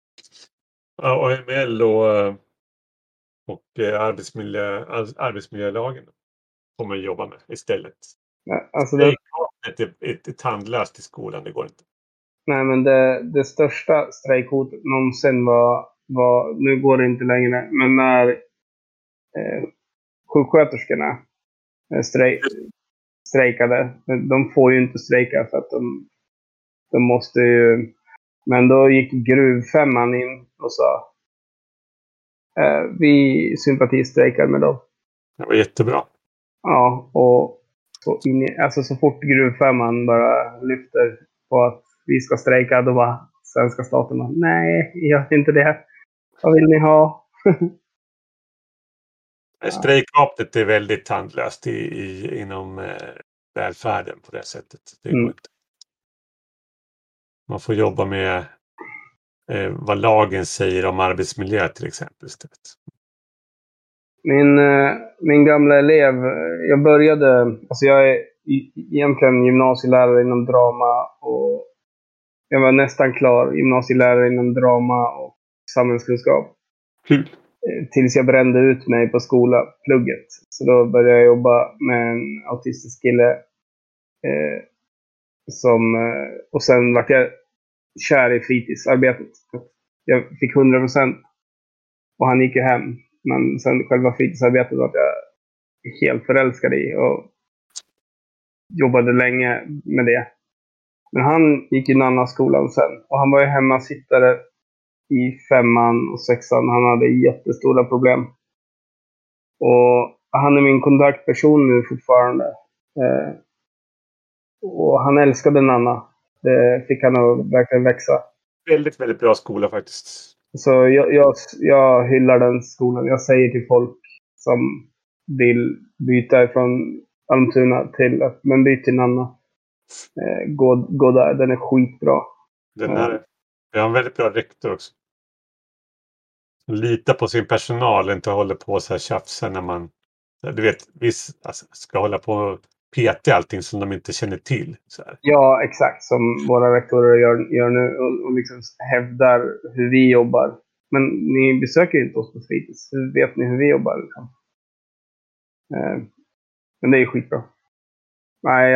AML och arbetsmiljölagen. Kommer vi jobba med istället. Alltså det är tandlöst i skolan. Det går inte. Nej, men det största strejkhotet någonsin var... Nu går det inte längre. Men när sjuksköterskorna strejkade. De får ju inte strejka för att de måste ju... Men då gick gruvfemman in och sa vi sympatistrejkar med dem. Det var jättebra. Ja, och så fort gruvfemman bara lyfter på att vi ska strejka, då var svenska staten bara, nej, gör inte det. Vad vill ni ha? Strejkvapnet är väldigt tandlöst inom välfärden på det sättet. Det går inte. Man får jobba med vad lagen säger om arbetsmiljö till exempel istället. Min gamla elev, jag är egentligen gymnasielärare inom drama och jag var nästan klar gymnasielärare inom drama och samhällskunskap. Kul. Tills jag brände ut mig på plugget. Så då började jag jobba med en autistisk kille. Och sen var jag kär i fritidsarbetet. Jag fick 100%. Och han gick ju hem. Men sen själva fritidsarbetet var jag helt förälskad i. Och jobbade länge med det. Men han gick i en annan skolan sen. Och han var ju hemmasittare i 5:an och 6:an. Han hade jättestora problem. Och han är min kontaktperson nu fortfarande. Och han älskade Nanna. Det fick han att verkligen växa. Väldigt, väldigt bra skola faktiskt. Så jag hyllar den skolan. Jag säger till folk som vill byta från Almtuna till att men byt till Nanna. Gå där. Den är skitbra. Jag har en väldigt bra rektor också. Lita på sin personal, inte håller på så här tjafsa när man, du vet, ska hålla på och peta allting som de inte känner till. Så här. Ja, exakt. Som våra rektorer gör nu och liksom hävdar hur vi jobbar. Men ni besöker ju inte oss på fritids. Hur vet ni hur vi jobbar? Liksom? Men det är ju skitbra. Nej,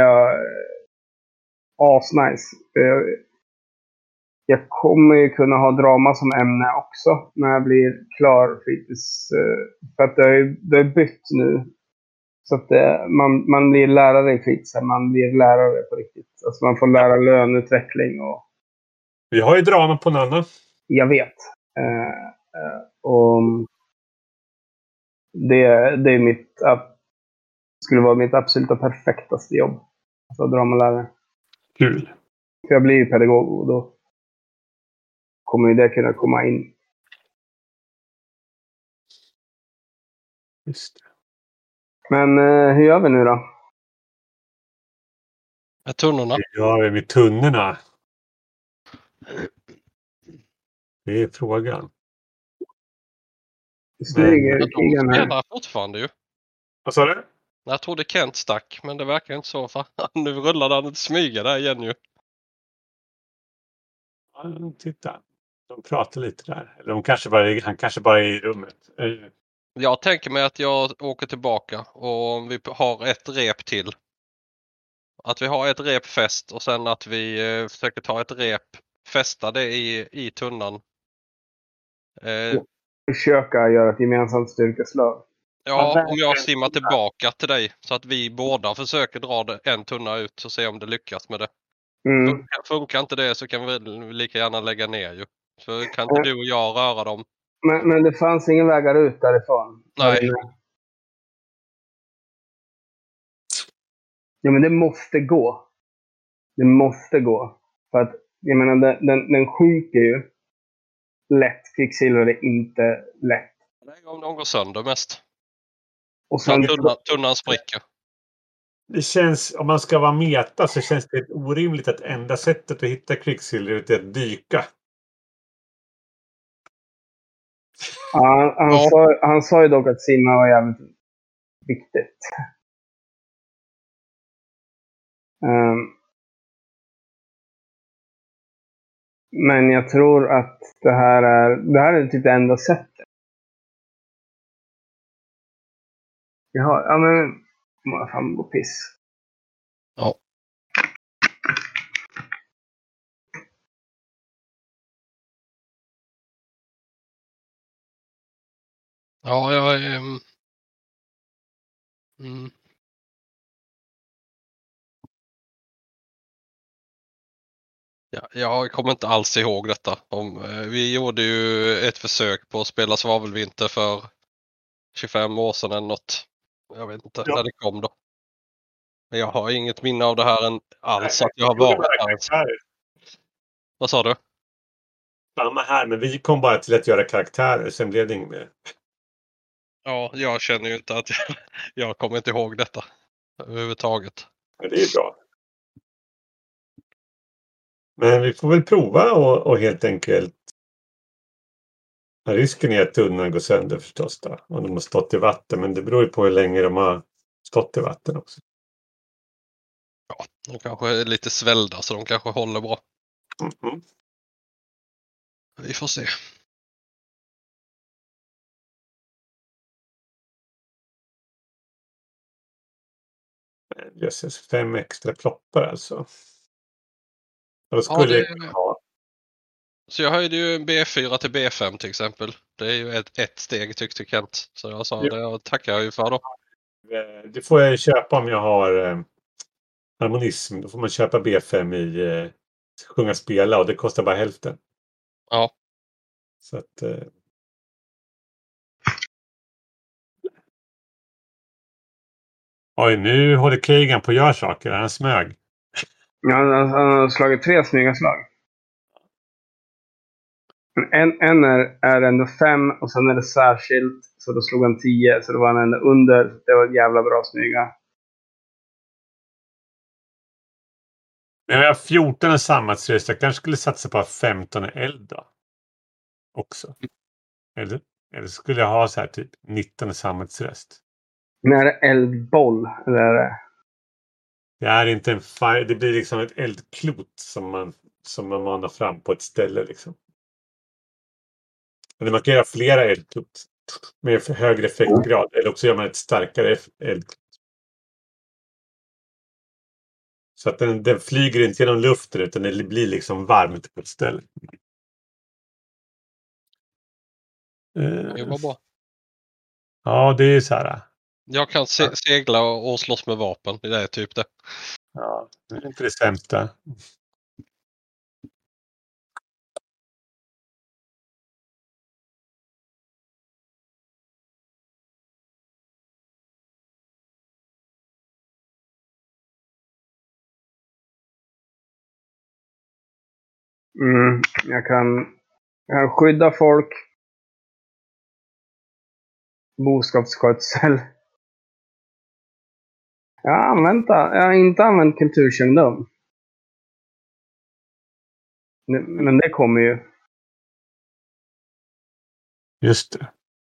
asnice. Jag kommer ju kunna ha drama som ämne också när jag blir klar fritids. För att det är bytt nu. Så att man blir lärare i fritids. Man blir lärare på riktigt. Alltså man får lära löneutveckling. Och... Vi har ju drama på Nanna. Jag vet. Och det är skulle vara mitt absoluta perfektaste jobb. Alltså dramalärare. Kul. För jag blir ju pedagog och då kommer ju det kunna komma in. Just det. Men hur gör vi nu då? Med tunnorna. Hur gör vi med tunnorna? Det är frågan. Stiger de krigen här. spelar fortfarande ju. Vad sa du? Jag trodde Kent stack, men det verkar inte så. För nu rullade han ett smyga där igen ju. Ja, titta. De pratar lite där. Eller han kanske bara är i rummet. Jag tänker mig att jag åker tillbaka och vi har ett rep till. Att vi har ett rep fäst och sen att vi försöker ta ett rep, fästa det i tunnan. Försöka göra ett gemensamt styrkeslag. Ja, om jag simmar tillbaka till dig så att vi båda försöker dra en tunna ut och se om det lyckas med det. Mm. Funkar inte det så kan vi lika gärna lägga ner ju. Så kan inte du och jag röra dem. Men det fanns ingen vägar ut därifrån? Nej. Ja, men det måste gå. Det måste gå. För att, jag menar, den skjuter ju lätt. Kvicksilver är inte lätt. Nej, om de går sönder mest. Och sen, Tunnan spricker. Det känns, om man ska vara meta så känns det orimligt att enda sättet att hitta kvicksilver är att dyka. Ja, han sa ju dock att simma var jävligt viktigt. Men jag tror att det här är typ det enda sättet. Ja men må fan gå piss. Ja. Ja, jag är... Ja, jag kommer inte alls ihåg detta. Vi gjorde ju ett försök på att spela Svavelvinter för 25 år sedan eller något. Jag vet inte när det kom då. Men jag har inget minne av det här än alls. Att jag har varit här. Vad sa du? Samma här, men vi kom bara till att göra karaktärer. Sen blev det inget mer. Ja, jag känner ju inte att jag kommer inte ihåg detta överhuvudtaget. Men det är bra. Men vi får väl prova och helt enkelt. Risken är att tunnan går sönder förstås då. Om de har stått i vatten. Men det beror ju på hur länge de har stått i vatten också. Ja, de kanske är lite svällda så de kanske håller bra. Mm-hmm. Vi får se. Jösses, 5 extra ploppar alltså. Och då Ja, skulle jag ha. Så jag höjde ju B4 till B5 till exempel. Det är ju ett steg tyckte Kent. Så jag sa det tackar jag ju för då. Det får jag köpa om jag har harmonism. Då får man köpa B5 i sjunga spela och det kostar bara hälften. Ja. Så att... Oj, nu håller Kagan på att göra saker. Han smög. Ja, han har slagit 3 snygga slag. En är ändå 5 och sen är det särskilt. Så då slog han 10. Så då var han ändå under. Det var jävla bra snygga. Men jag har 14 sammansröst. Jag kanske skulle satsa på 15 eld då. Också. Eller skulle jag ha så här typ 19 sammansröst. Men är det eldboll? Eller är det... Det är inte en fire. Det blir liksom ett eldklot som man manar fram på ett ställe liksom. Men man kan göra flera eldklot med högre effektgrad. Eller också gör man ett starkare eldklot. Så att den flyger inte genom luften utan det blir liksom varmt på ett ställe. Det var bra. Ja, det är så här. Jag kan segla och slåss med vapen. Det är typ det. Ja, det är inte det sämsta. Jag kan skydda folk. Boskapsskötsel. Jag har inte använt kulturkännedom. Men det kommer ju. Just det.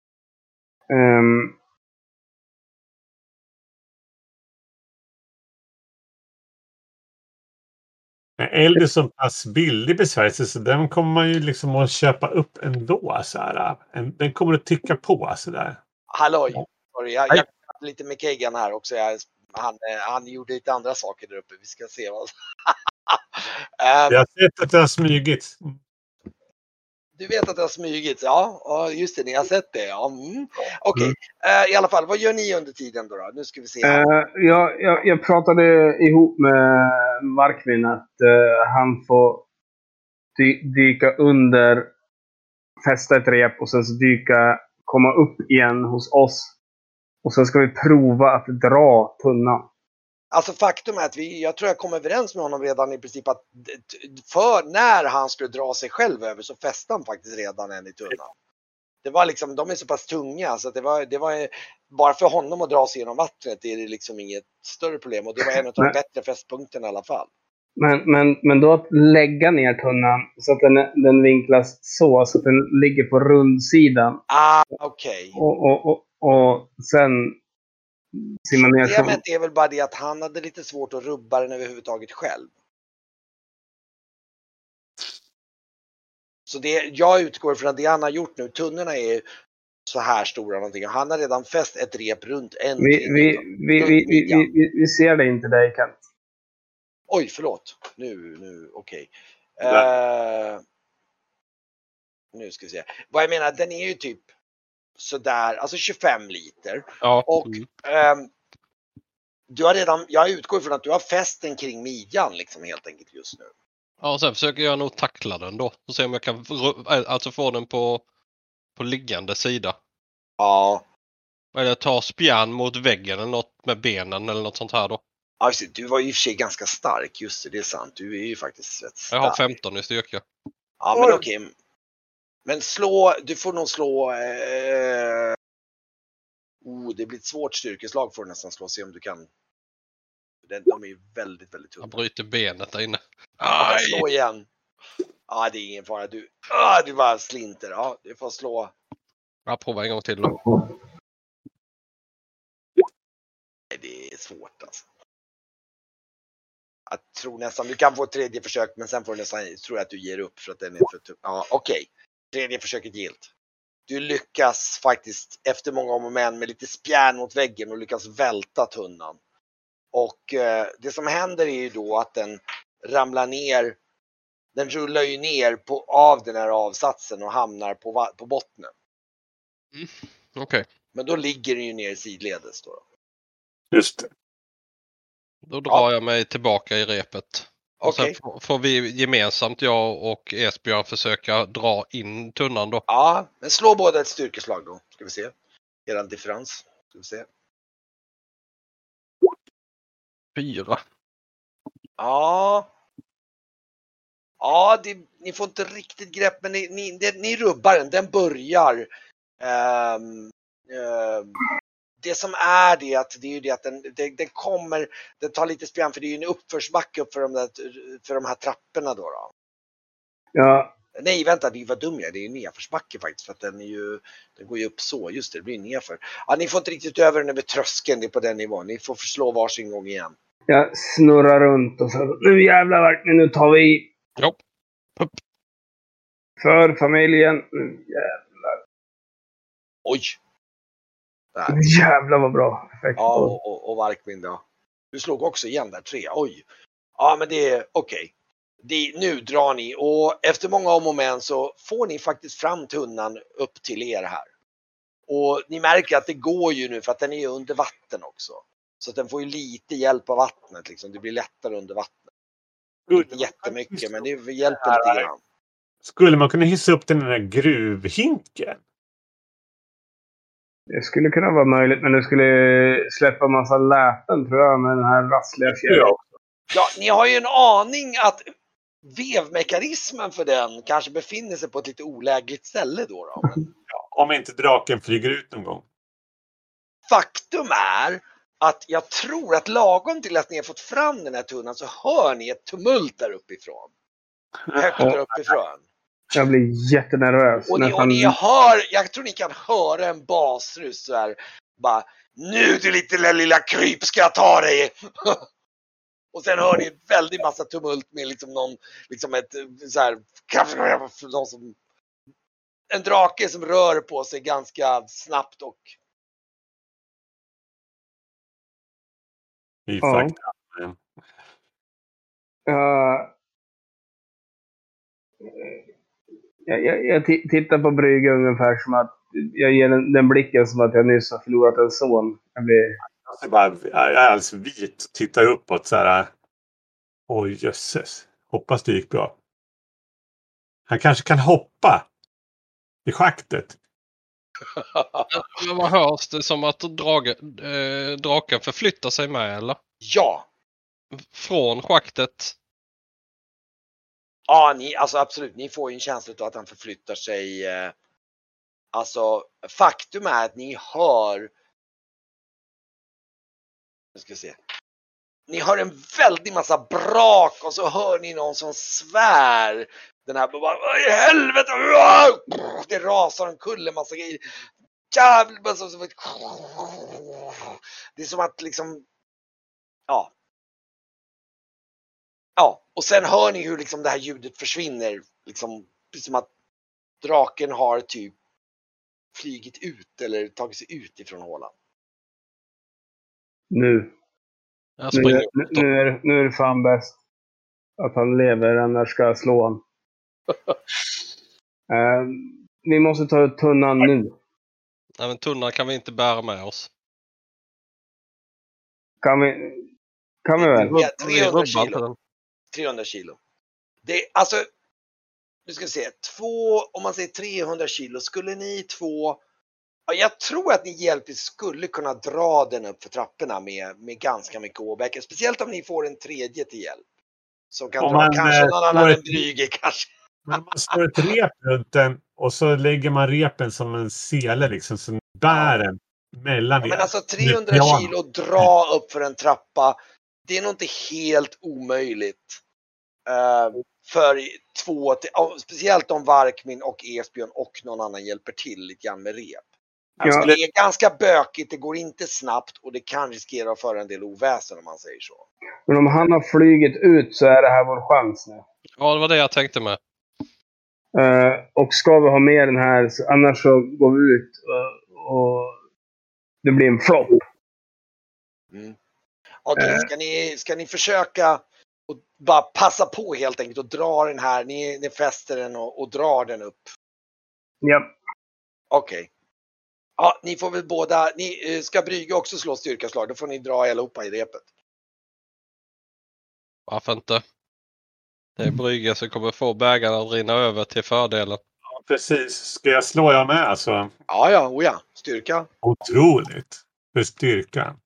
Eld är så pass billig besvärjelse så den kommer man ju liksom att köpa upp ändå. Så här. Den kommer att tycka på så där. Halloj! Sorry, jag pratade lite med Kegan här också. Han gjorde lite andra saker där uppe. Vi ska se vad... Jag har sett att det har smygit. Du vet att det har smygit? Ja, just det. Ni har sett det. Ja. Okej. I alla fall, vad gör ni under tiden då? Nu ska vi se här. Jag pratade ihop med Markvin att han får dyka under, fästa ett rep och sen så komma upp igen hos oss. Och sen ska vi prova att dra tunnan. Alltså faktum är att jag tror jag kom överens med honom redan i princip att för när han skulle dra sig själv över så fäste han faktiskt redan en i tunnan. Det var liksom, de är så pass tunga så att det var bara för honom att dra sig genom vattnet är det liksom inget större problem och det var en av de bättre fästpunkterna i alla fall. Men då att lägga ner tunnan så att den vinklas så att den ligger på rundsidan. Okej. Och sen simma ner. Problemet är väl bara det att han hade lite svårt att rubba den överhuvudtaget själv. Så jag utgår från att det han har gjort nu, tunnorna är så här stora någonting. Och han har redan fäst ett rep runt en. Vi ser det inte dig, Kent. Oj, förlåt. Nu, okej. Nu ska vi se. Vad jag menar, den är ju typ sådär, alltså 25 liter. Ja. Och jag utgår från att du har fäst den kring midjan liksom helt enkelt just nu. Ja, och sen försöker jag nog tackla den då. Och se om jag kan få den på liggande sida. Ja. Eller ta spjärn mot väggen eller något med benen eller något sånt här då. Ja, du var ju i och för sig ganska stark, just det är sant. Du är ju faktiskt rätt stark. Jag har 15 i styrka. Ja, men okej. Men du får nog slå... det blir ett svårt styrkeslag för att nästan slå. Se om du kan... De är ju väldigt, väldigt tunga. Jag bryter benet där inne. Slå igen. Ja, det är ingen fara. Du bara slinter. Ja, du får slå. Jag provar en gång till då. Nej, det är svårt alltså. Jag tror nästan du kan få ett tredje försök, men sen får du nästan, tror jag att du ger upp för att den är för tuff. Ja, okej. Tredje försöket gilt. Du lyckas faktiskt efter många om och men med lite spjärn mot väggen och lyckas välta tunnan. Och det som händer är ju då att den ramlar ner. Den rullar ju ner av den här avsatsen och hamnar på bottnen. Okej. Men då ligger den ju ner sidledes då. Just det. Då drar jag mig tillbaka i repet. Och Okej. sen får vi gemensamt, jag och Esbjörn, försöka dra in tunnan då. Ja, men slå båda ett styrkeslag då. Ska vi se. Eran differens. Ska vi se. 4. Ja. Ja, ni får inte riktigt grepp, men ni rubbar den. Den börjar. Det som är det att det är ju det att den kommer, den tar lite spjärn för det är ju en uppförsbacke upp för de här trapporna då. Ja. Nej, vänta, det var dum jag. Det är ju nedförsbacke faktiskt för att den går ju upp så. Just det blir nedför. Ja, ni får inte riktigt över den över tröskeln, det är på den nivån. Ni får förslå varsin gång igen. Jag snurrar runt och så nu jävlar verkligen, nu tar vi i. Ja. Upp. För familjen. Nu jävlar. Oj! Jävlar vad bra effekt. Ja, och Varkvind då. Du slog också igen där, 3. Oj! Ja, men det är okej. Nu drar ni och efter många om och men så får ni faktiskt fram tunnan upp till er här. Och ni märker att det går ju nu för att den är under vatten också. Så att den får ju lite hjälp av vattnet liksom. Det blir lättare under vattnet. Inte jättemycket, men det hjälper lite grann. Skulle man kunna hissa upp den där gruvhinken? Det skulle kunna vara möjligt, men det skulle släppa massa läten tror jag med den här rassliga fjällen. Ja, ni har ju en aning att vevmekanismen för den kanske befinner sig på ett lite olägligt ställe då. Men... Ja, om inte draken flyger ut någon gång. Faktum är att jag tror att lagom till att ni har fått fram den här tunnan så hör ni ett tumult där uppifrån. Högt där uppifrån. Jag blir jättenervös. Och ni hör, jag tror ni kan höra en basröst så här. Bara, nu du lilla kryp ska jag ta dig. Och sen hör ni en väldigt massa tumult med liksom ett så här, en drake som rör på sig ganska snabbt och I Ja. fakta. Jag tittar på Brygge ungefär som att jag ger den blicken som att jag nyss har förlorat en son. Jag är alldeles vit och tittar uppåt så här. Oj, jösses. Hoppas det gick bra. Han kanske kan hoppa i schaktet. Men vad hörs det som att draken förflyttar sig med, eller? Ja. Från schaktet? Ja, alltså absolut. Ni får ju en känsla av att han förflyttar sig. Alltså, faktum är att ni hör... Jag ska se. Ni hör en väldig massa brak och så hör ni någon som svär. Den här bara, vad i helvete! Det rasar omkull en massa grejer. Jävlar! Det är som att liksom... Ja. Ja, och sen hör ni hur liksom det här ljudet försvinner. Liksom, som att draken har typ flygit ut eller tagit sig ut ifrån hålan. Nu är det fan bäst att han lever, annars ska jag slå honom. Vi måste ta ut tunnan nu. Nej, men tunnan kan vi inte bära med oss. Kan vi väl? Ja, 300 kilo. 300 kilo. Det är alltså, nu ska vi se, om man säger 300 kilo, skulle ni två, ja, jag tror att ni hjälpligt skulle kunna dra den upp för trapporna med ganska mycket åbäke. Speciellt om ni får en tredje till hjälp. Som kan dra kanske någon annan än Brygge kanske. Men man står ett rep runt den och så lägger man repen som en sele liksom, som bär den mellan. Ja, men alltså 300 kilo dra upp för en trappa, det är nog inte helt omöjligt. För två, speciellt om Varkmin och Esbjörn och någon annan hjälper till lite grann med rep. Alltså, det är ganska bökigt, det går inte snabbt och det kan riskera att föra en del oväsen om man säger så. Men om han har flygit ut så är det här vår chans nu. Ja, det var det jag tänkte med. Och ska vi ha med den här, så annars så går vi ut och det blir en flopp. Mm. Okej, ska ni försöka och bara passa på helt enkelt och dra den här, ni fäster den och drar den upp? Ja. Okej. Ja, ni får väl båda, ni ska Brygge också slå styrkaslag, då får ni dra allihopa i repet. Varför inte? Det är Brygge som kommer få bägarna att rinna över till fördelen. Ja, precis. Ska jag slå jag med alltså? Ja. Styrka. Otroligt. För styrkan.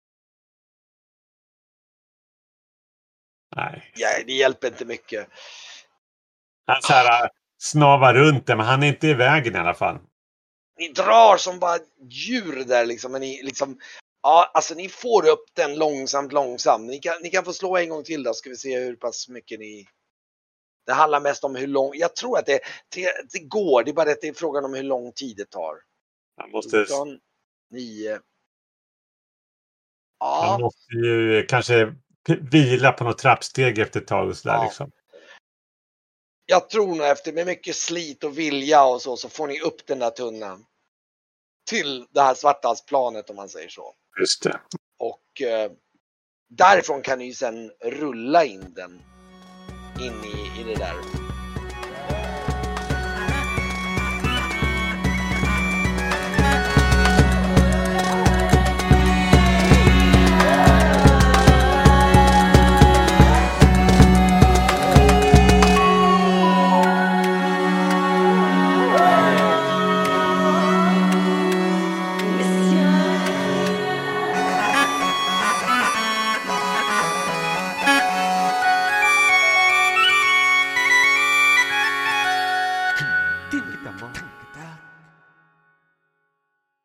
Nej. Ja, det hjälper inte mycket. Han så här snavar runt det, men han är inte i vägen i alla fall. Ni drar som bara djur där liksom, men ni liksom, ja, alltså ni får upp den långsamt. Ni kan få slå en gång till då, ska vi se hur pass mycket ni... Det handlar mest om hur lång, jag tror att det går, det är bara att det är frågan om hur lång tid det tar. Han måste... 9. Han måste ju kanske vila på något trappsteg efter ett tag och sådär liksom. Jag tror nog efter med mycket slit och vilja och så får ni upp den där tunnan till det här svarthalsplanet om man säger så. Just det. Och därifrån kan ni sen rulla in den in i det där.